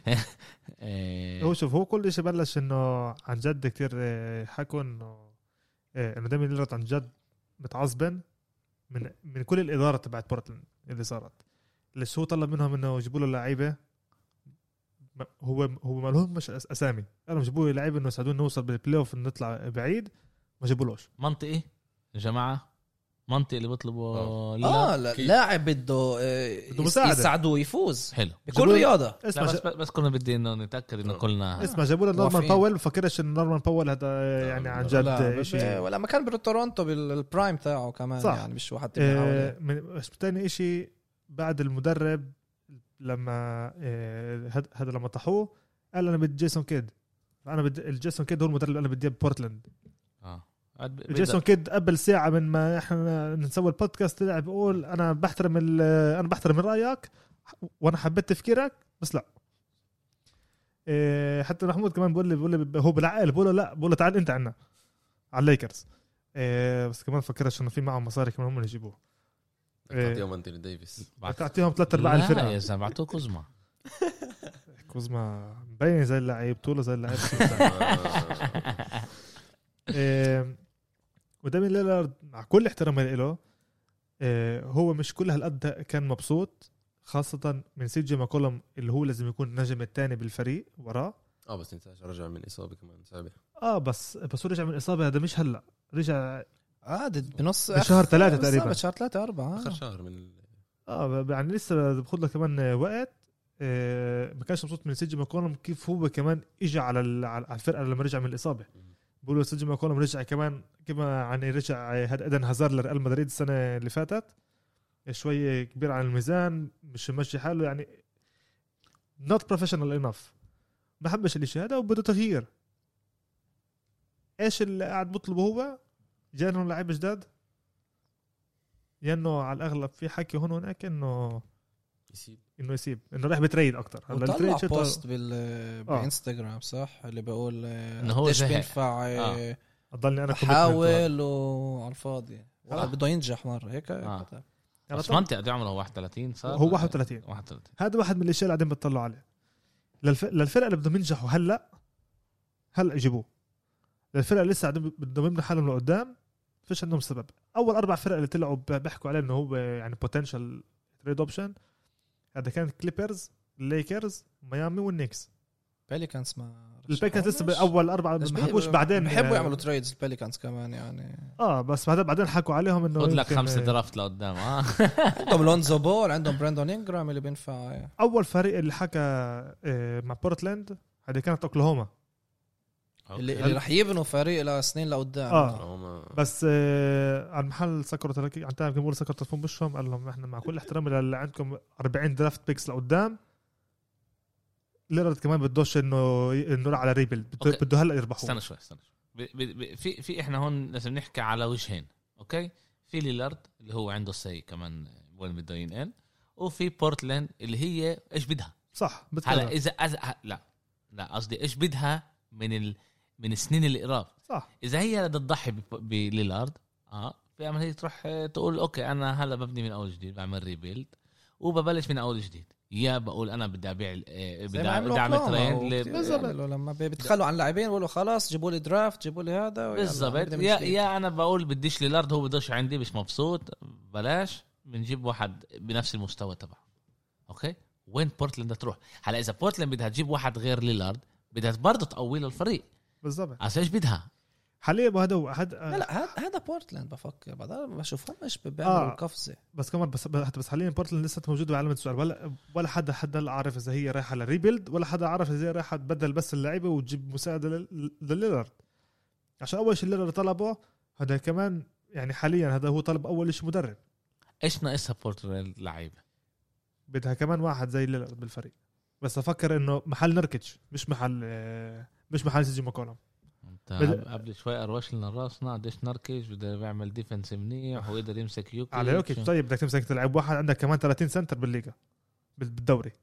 هو شوف هو كل شيء بلش انه عن جد كتير حكوا انه انه دايما ليلارد عن جد متعصبن من من كل الاداره تبعت بورتلاند اللي صارت اللي هو طلب منهم انه يجيبوا له لعيبه. هو هو ما لهم مش اسامي، قالوا جيبوا له لعيبه انه يساعدونا نوصل بالبلاي اوف نطلع بعيد، ما جابولوش. منطقي يا جماعه، منطقي اللي بيطلبوا اه لاعب بده بده يساعدوه يفوز حلو بكل رياضه. اسمع بس, بس كنا بدي انه نتاكد انه كلنا اسمع جابوا له نورمان باول. فكرش ان نورمان باول هذا يعني عن جد شيء ولا ما كان بتورونتو بالبرايم تاعه كمان صح. يعني مش واحد آه من ثاني شيء بعد المدرب لما هذا آه لما طحوه قال انا بدي جيسون كيد. انا بدي الجيسون كيد هو المدرب اللي انا بدي بورتلاند. اه جيسون كيد قبل ساعة من ما احنا نسوي البودكاست طلع بيقول انا بحترم انا بحترم رايك وانا حبيت تفكيرك بس لا. إيه حتى محمود كمان بيقول لي بيقول لي هو بالعقل بقول له لا بقول له تعال انت عنا على الليكرز. إيه بس كمان فكرش انه في معهم مصاري كمان هم اللي يجيبوه. تعطيهم انتوني ديفيس تعطيهم ثلاث ارباع الفرقه. يا زلمه بعتوه كوزما. كوزما مبين زي اللعيب طوله زي اللعيب. إيه ودامين ليلارد مع كل احترامي له إيه هو مش كل هالقد كان مبسوط، خاصة من سي جي ماكولم اللي هو لازم يكون النجم الثاني بالفريق وراه. اه بس انت رجع من إصابة كمان سابق. اه بس بس هو رجع من إصابة، هذا مش هلا رجع عادي بنص بشهر ثلاثة تقريبا، شهر ثلاثة أربعة آخر شهر من ال... اه يعني لسه بخذ له كمان وقت. إيه ما كانش مبسوط من سي جي ماكولم كيف هو كمان اجى على على الفرقة لما رجع من الإصابة. بقولوا سجل ماكولم رجع كمان كما يعني رجع هذا ايدن هازارد لريال مدريد السنه اللي فاتت شويه كبير عن الميزان مش ماشي حاله يعني not professional enough. ما حبش الاشي هذا وبده تغيير. ايش اللي قاعد بطلبه هو؟ جانهم لاعب جداد لانه على الاغلب في حكي هون هناك انه يسيب انه يسيب انه راح بتريد اكتر. هلا التريد بوست بال بانستغرام صح اللي بقول انه هو ايش بينفع آه. اضلني انا احاول وعلى الفاضي واحد بده ينجح مره هيك آه. بس منطقه قد عمره واحد وثلاثين صار هو واحد وثلاثين. واحد وثلاثين هذا واحد من الاشياء اللي قاعدين بتطلعوا عليه. للف... للفرقه اللي بدهم ينجحوا هلا هلا يجيبوه. للفرقه اللي لسه قاعدين بدهم يبنوا حالهم لقدام فيش عندهم سبب. اول اربع فرق اللي طلعوا بيحكوا عليه انه هو يعني بوتنشال تريد اوبشن هذا كان كليبرز الليكرز ميامي والنيكس. بيليكانز ما البيليكانز لسه باول اربعه ما حكوش بعدين بحبوا يعملوا تريدز البيليكانز كمان يعني اه بس بعدين بعدين حكوا عليهم انه خد لك خمسه درافت لقدام. اه عندهم لونزو بول عندهم براندون انجرام اللي بينفع. اول فريق اللي حكى مع بورتلاند هذه كانت اوكلاهوما اللي, اللي رح يبنوا فريق لسنين لقدام. آه. بس آه على المحل سكروا تلك عن تعرف كم سكروا تلفون بشهم قال لهم احنا مع كل احترام اللي عندكم أربعين درافت بيكس لقدام ليلارد كمان بدوش انه انه راح على ريبيلد بده, أوكي. بده هلا يربحوا. استنى شوي استنى شوي. ب- ب- ب- في في احنا هون لازم نحكي على وجهين. اوكي في ليلارد اللي هو عنده سي كمان وين بده ينقل وفي بورتلاند اللي هي ايش بدها صح هلا بتكلم. اذا أز... ه- لا لا قصدي ايش بدها من ال... من السنين اللي قراب. صح اذا هي بدها تضحي ب- بليلارد اه في امل هي تروح تقول اوكي انا هلا ببني من اول جديد بعمل ريبيلد وببلش من اول جديد يا بقول انا بدي ابيع آه، بدي بدي اعمل تريند ل- لما بيتخلوا عن لاعبين بيقولوا خلاص جيبوا لي درافت جيبوا لي هذا ويلا بالضبط نبدأ من يا جديد. يا انا بقول بديش ليلارد هو بدوش عندي مش مبسوط بلاش بنجيب واحد بنفس المستوى تبعه. اوكي وين بورتلاند تروح هلا اذا بورتلاند بدها تجيب واحد غير ليلارد بدها برضه تقوي له الفريق بالضبط عشان ايش بدها حاليا هذا هو هذا لا لا هذا هذا بورتلاند بفكر بعد ما بشوفهم مش بيعملوا آه. قفزه. بس كمان بس بس حاليا بورتلاند لسه موجوده بعلامه السؤال ولا ولا حدا حدا عارف اذا هي رايحه للريبيلد ولا حدا عارف اذا هي رايحه تبدل بس اللعيبه وتجيب مساعده لل- لليلارد. عشان اول شيء الليلارد طلبه هذا كمان يعني حاليا هذا هو طلب اول شيء مدرب ايش ناقصها بورتلاند لعيبه بدها كمان واحد زي ليلارد بالفريق. بس افكر انه محل نركتش مش محل آه، مش محل سيجي ماكولم. انت بد- قبل شوي اروش لنا راسنا قديش نركش بده يعمل ديفنس منيح ويقدر يمسك يوكي على يوكيتش طيب بدك تمسك تلعب واحد عندك كمان ثلاثين سنتر بالليغا بال- بالدوري.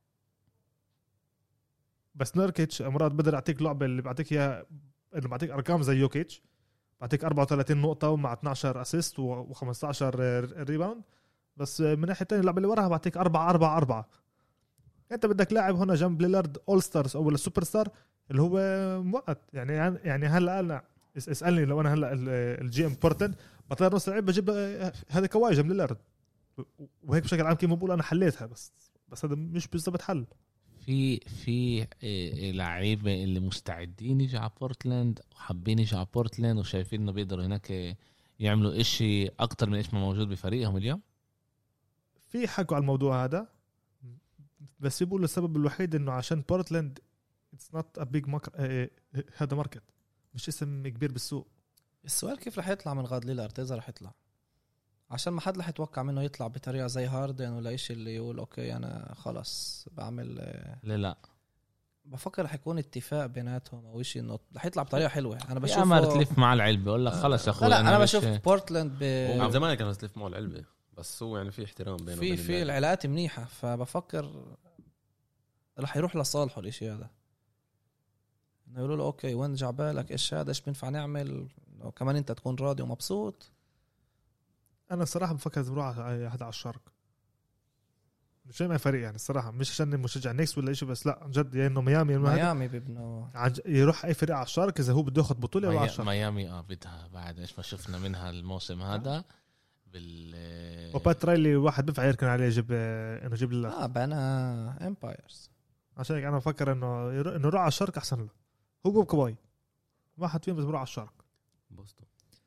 بس نركيتش امراض بقدر اعطيك لعبه اللي بعطيك اياها انه بعطيك ارقام زي يوكيتش بعطيك أربعة وثلاثين نقطه ومع اثناشر اسيست و15 ريباوند. بس من ناحيه ثانيه اللعبه اللي وراها بعطيك أربعة أربعة أربعة. انت بدك لاعب هنا جنب ليلارد اول ستارز او السوبر ستار اللي هو مؤقت يعني يعني هلا انا اس- اسالني لو انا هلا الجي ام بورتن بطير نص لعيب بجيب له- هذا كواي جنب ليلارد وهيك بشكل عام كيف بقول انا حليتها بس بس هذا مش بالضبط حل. في في إيه لعيبه اللي مستعدين يجوا على بورتلاند وحابين يجوا على بورتلاند وشايفين انه بيقدروا هناك يعملوا إشي اكتر من ايش ما موجود بفريقهم اليوم. في حكوا على الموضوع هذا بس يقولوا السبب الوحيد انه عشان بورتلاند اتس نوت ا بيج هذا ماركت مش اسم كبير بالسوق. السؤال كيف رح يطلع من غاد ليلارد اذا رح يطلع عشان ما حد رح يتوقع منه يطلع بطريقه زي هاردن ولا إشي اللي يقول اوكي انا خلص بعمل آه، لا لا بفكر رح يكون اتفاق بيناتهم او شيء انه رح يطلع بطريقه حلوه. انا بشوف بشوف امر تلف مع العلبه بقول لك خلص يا لا, اخوي لا انا مش- بشوف بورتلاند ب... ومن زمان كانت تلف معه العلبه بس هو يعني في احترام بينه في وبين في اللاعب. العلاقات منيحه فبفكر رح يروح لصالحه الاشي هذا انه يقولوا له اوكي وين جعبالك ايش هذا ايش بينفع نعمل إنه كمان انت تكون راضي ومبسوط. انا الصراحه بفكر بروح على- هذا على الشرق مش ما فريق يعني الصراحه مش عشان مشجع نيكس ولا شيء بس لا عن جد يعني انه ميامي ميامي ميامي بيبنوا يروح اي فريق على الشرق اذا هو بده ياخذ بطوله او على ميا- الشرق. ميامي اه بدها بعد ايش ما شفنا منها الموسم هذا بال وبات رايلي واحد بينفع يركن عليه يجيب انه يجيب له اه بنا امبايرز. عشان هيك انا بفكر انه يرو- انه يروح على الشرق احسن له. هو جو كواي واحد فيهم بس بروح على الشرق. بوسطن.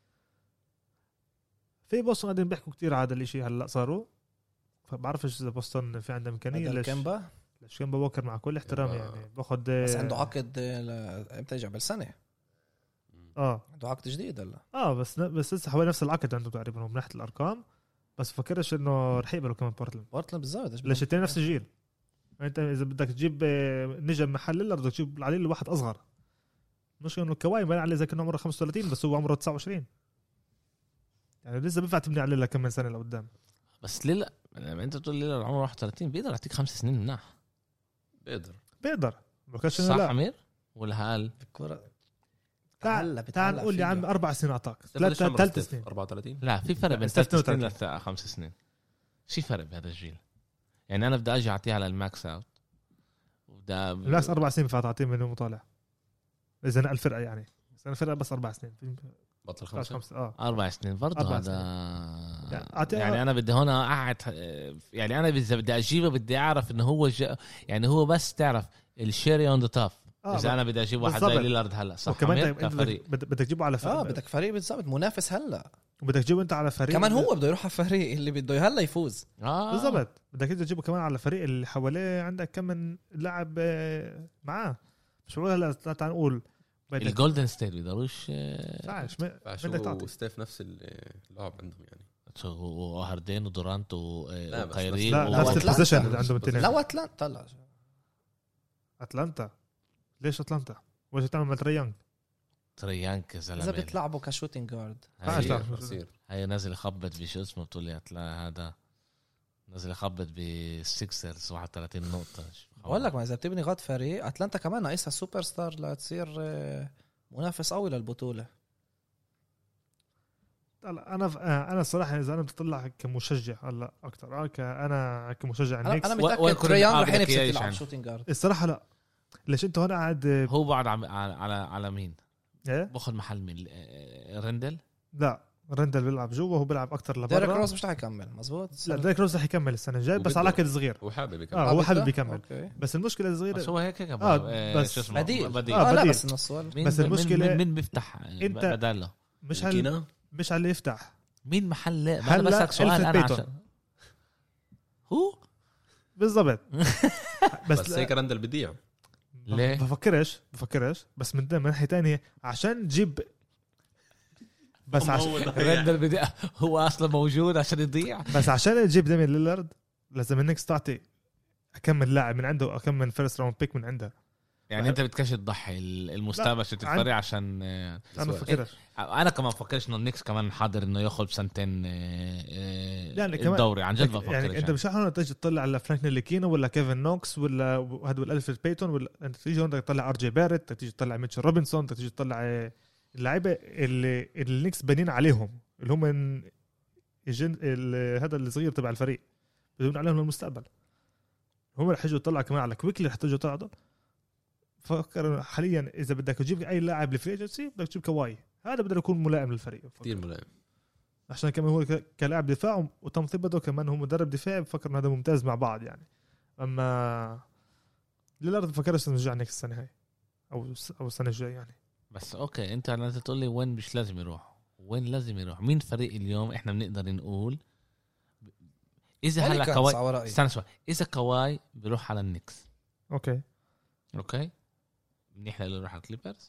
في بوسطن قاعدين بيحكوا كتير على هذا الاشي هلا صاروا فبعرفش اذا بوسطن في عندها امكانيه هذا ليش كيمبا ليش كيمبا ووكر مع كل احترام كيمبا. يعني باخذ بس عنده عقد ل- امتى يجي بالسنه اه عنده عقد جديد هلا. اه بس بس لسه حوالي نفس العقد عنده تقريبا من ناحيه الارقام بس فكرش انه رح يقبلوا كمان بورتلاند بورتلاند بالزبط ايش ليش التاني نفس الجيل. انت اذا بدك تجيب آه، نجم محل ليلارد بدك تجيب عليه له واحد اصغر مش انه كواي بان عليه زي كانه عمره خمسة وثلاثين بس هو عمره تسعة وعشرين يعني لسه بينفع تبني عليه لكم من سنه لقدام. بس ليلا لما انت بتقول ليلا عمره واحد وثلاثين بيقدر يعطيك خمس سنين مناح بيقدر بيقدر بكش صح لا امير ولا هل الكرة تعال تعال قول لي يا عم اربع سنين اعطاك ثلاث ثلاث ثلاث سنين أربعة وثلاثين لا في فرق لا، بين ستة ثلاث سنين وثلاثين. لخمس سنين. في فرق بهذا الجيل يعني انا بدي اجي اعطيه على الماكس اوت وبدا بالعكس اربع سنين بفات تعطيه من المطالع اذا نقل الفرقه يعني بس الفرقه بس اربع سنين بطل خمسة خمسة خمسة اه اربع سنين برضه أربع هذا يعني أعطي- يعني انا بدي هون اقعد يعني انا اذا بدي اجيبه بدي اعرف انه هو ج... يعني هو بس تعرف الشيري اون ذا توب. آه اذا انا بدي اجيب واحد بالضبط. زي ليلارد هلا صح وكمان أمير؟ انت أنت كفريق بدك بدك تجيبه على فريق اه بدك فريق بالضبط منافس هلا وبدك تجيبه انت على فريق كمان هو بده يروح على فريق اللي بده هلا يفوز. اه بالضبط بدك انت تجيبه كمان على فريق اللي حواليه عندك كم من لاعب آه، معاه مش بقول هلا تعال نقول بدك الجولدن ستيت بيقدروش تعرفش ما عشان بدك تعطي وستيف نفس اللعب عندهم يعني وهاردين ودورانت لا، بس- وكايري لا و- نفس وأتلانتا. البوزيشن اللي عندهم بس- الاثنين لو اتلانتا طلع اتلانتا ليش اتلانتا وش تعمل مع تريانج تريانك يا اذا زلمه بتلعبوا كشوتينج جارد آه، هاي, لا. بصير بصير هاي نازل يخبط بشو اسمه بتقول لي هتلاقي هذا نازل يخبط بالسيكسرز واحد وثلاثين نقطه. بقول لك ما اذا بتبني غاد فريق اتلانتا كمان ناقصها سوبر ستار لتصير آه، منافس قوي للبطوله. انا انا الصراحه اذا انا بتطلع كمشجع هلا اكثر اه ك- انا كمشجع انا النكس انا و- وين متاكد كنا تريان رح نقابلك ينفسك إياه يلعب يعني؟ شوتينج جارد. الصراحه لا. ليش انت هون قاعد هو بعد عم على على, على مين ايه باخذ محل مين آه، رندل. لا رندل بيلعب جوا وهو بيلعب اكثر ديريك لبرا. روز مش رح يكمل مزبوط. لا ديريك روز رح يكمل السنه الجايه بس وبده. على عقد صغير. هو حابب يكمل اه هو حابب بده؟ يكمل اوكي بس المشكله بس الصغيره هو هيك هيك آه، آه بس شو اسمه بديل. بديل آه، اه لا بديل. بس النص ولا مين بس مين- المشكلة مين, مين بيفتح أنت- بداله مش هل كينا مش على اللي يفتح مين محل ما هلا انا بسألك سؤال ألفريد انا بيتون. عشان هو بالضبط. بس, بس هيك رندل بديع. ليه؟ بفكرش بفكرش بس من من ناحيه تانية عشان تجيب بس عشان رندل بدي هو اصلا موجود عشان يضيع. بس عشان تجيب ديمين ليلارد لازم النكس تعطي اكمل لاعب من عنده واكمل فيرست راوند بيك من عنده. يعني انت بتكش تضحي المستقبل عشان تتفرج عشان انا بفكرش انا كمان بفكرش انه النكس كمان حاضر انه ياخذ سنتين يعني كمان- الدوري عن جد بفكرش يعني انت مش هون تيجي تطلع على فرانك نيليكينو ولا كيفن نوكس ولا هذا الفريد بيتون ولا انت تيجي هون بدك تطلع ار جي باريت تيجي تطلع ميتشل روبنسون تيجي تطلع آه، اللعيبه اللي اللي النكس بانين عليهم اللي هم من الجن... ال- هذا الصغير تبع الفريق بدون عليهم للمستقبل. هم رح يجوا يطلعوا كمان على كويكلي رح تيجوا تطلعوا. فكر حاليا اذا بدك تجيب اي لاعب لفري ايجنسي بدك تجيب كواي هذا بده يكون ملائم للفريق. كثير ملائم عشان كمان هو ك- كلاعب دفاع وتم ثبته كمان هو مدرب دفاعي بفكر انه هذا ممتاز مع بعض يعني. اما ليلارد بفكرش نرجع نكس السنه هاي او الس- او السنه الجايه يعني. بس اوكي انت لازم تقول لي وين مش لازم يروح وين لازم يروح مين فريق اليوم احنا بنقدر نقول اذا هلا كواي كواي استنى شوي اذا كواي بيروح على النكس اوكي اوكي منيح له يروح على الكليبرز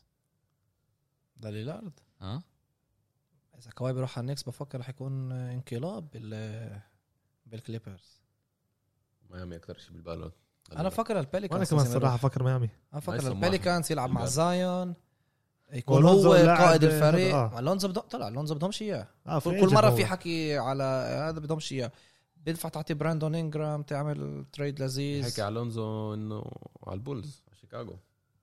ده ليلارد. اه اذا كواي بيروح على النكس بفكر رح يكون انقلاب بال بالكليبرز. ميامي اكثر شيء بالبالون. انا فكر البليكانز وانا كمان صراحه فكر ميامي انا فكر هيثم البليكانز يلعب مع واحد. زايون يكون ولونزو هو لاعب قائد هذا، الفريق. آه. آه. لونزو بدو... طلع لونزو بدهمش اياه. اه كل, free كل agent مره هو. في حكي على هذا بدهمش اياه. بينفع تعطي براندون انجرام تعمل تريد لذيذ حكي على لونزو انه على البولز شيكاغو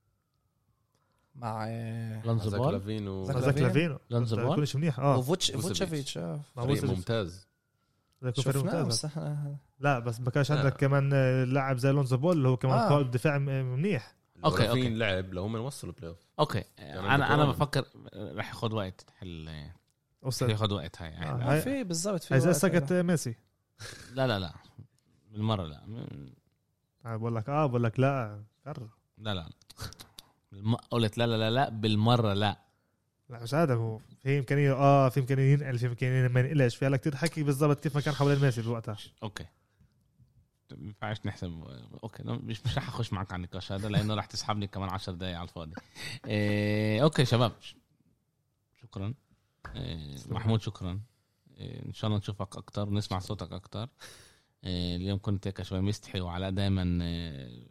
مع لونزو زاك بول لافين و زاك زاك لافينو لونزو بول كلش منيح اه وفوتش فوسيفيتش. فوتشيفيتش آه. مع فريق فوسيفيتش. ممتاز بدك يكون فريق شفناه ممتاز. بس إحنا- لا بس ما كانش لا. عندك كمان آه، لاعب زي لونزو بول اللي هو كمان آه. قائد دفاع م- منيح. أوكي، لافين أوكي. لعب لو هم وصلوا بلاي اوف. اوكي يعني انا عندك انا رامي. بفكر رح ياخذ وقت تحل وصل ياخذ وقت هاي يعني. آه. آه، في بالضبط في هاي زي وقت. سكت ميسي. لا لا لا بالمره لا آه، بقول لك اه بقول لك لا قرر. لا لا بالم... قلت لا لا لا لا بالمره لا لا مش هذا هو في امكانيه اه في امكانيه ينقل في امكانيه ما ينقلش في هلا كثير حكي بالضبط كيف ما كان حوالين ميسي بوقتها. اوكي ما ينفعش نحسب. اوكي مش مش رح اخش معك على النقاش هذا لانه رح تسحبني كمان عشر دقايق على الفاضي. إيه... اوكي شباب شكرا. إيه... محمود شكرا. إيه... ان شاء الله نشوفك اكتر ونسمع صوتك اكتر. إيه... اليوم كنت هيك شوي مستحي وعلاء دائما إيه...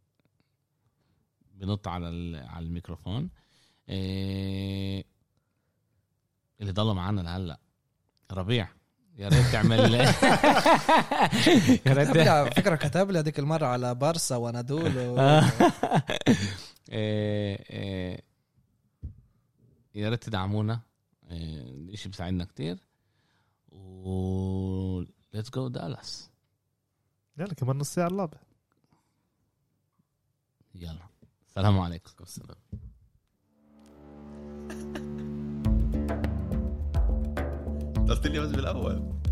بنط على ال... على الميكروفون. إيه... اللي ضل معنا لهلا ربيع يا ريت تعمل يا كتب لي ريت على فكره كتب لي هذيك المره على بارسا ونادول و... إيه إيه يا ريت تدعمونا. إيه الاشي بيساعدنا كتير و let's go دالاس. يلا كمان نص ساعه اللعبه. يلا السلام عليكم. السلام. قلت لي بس بالاول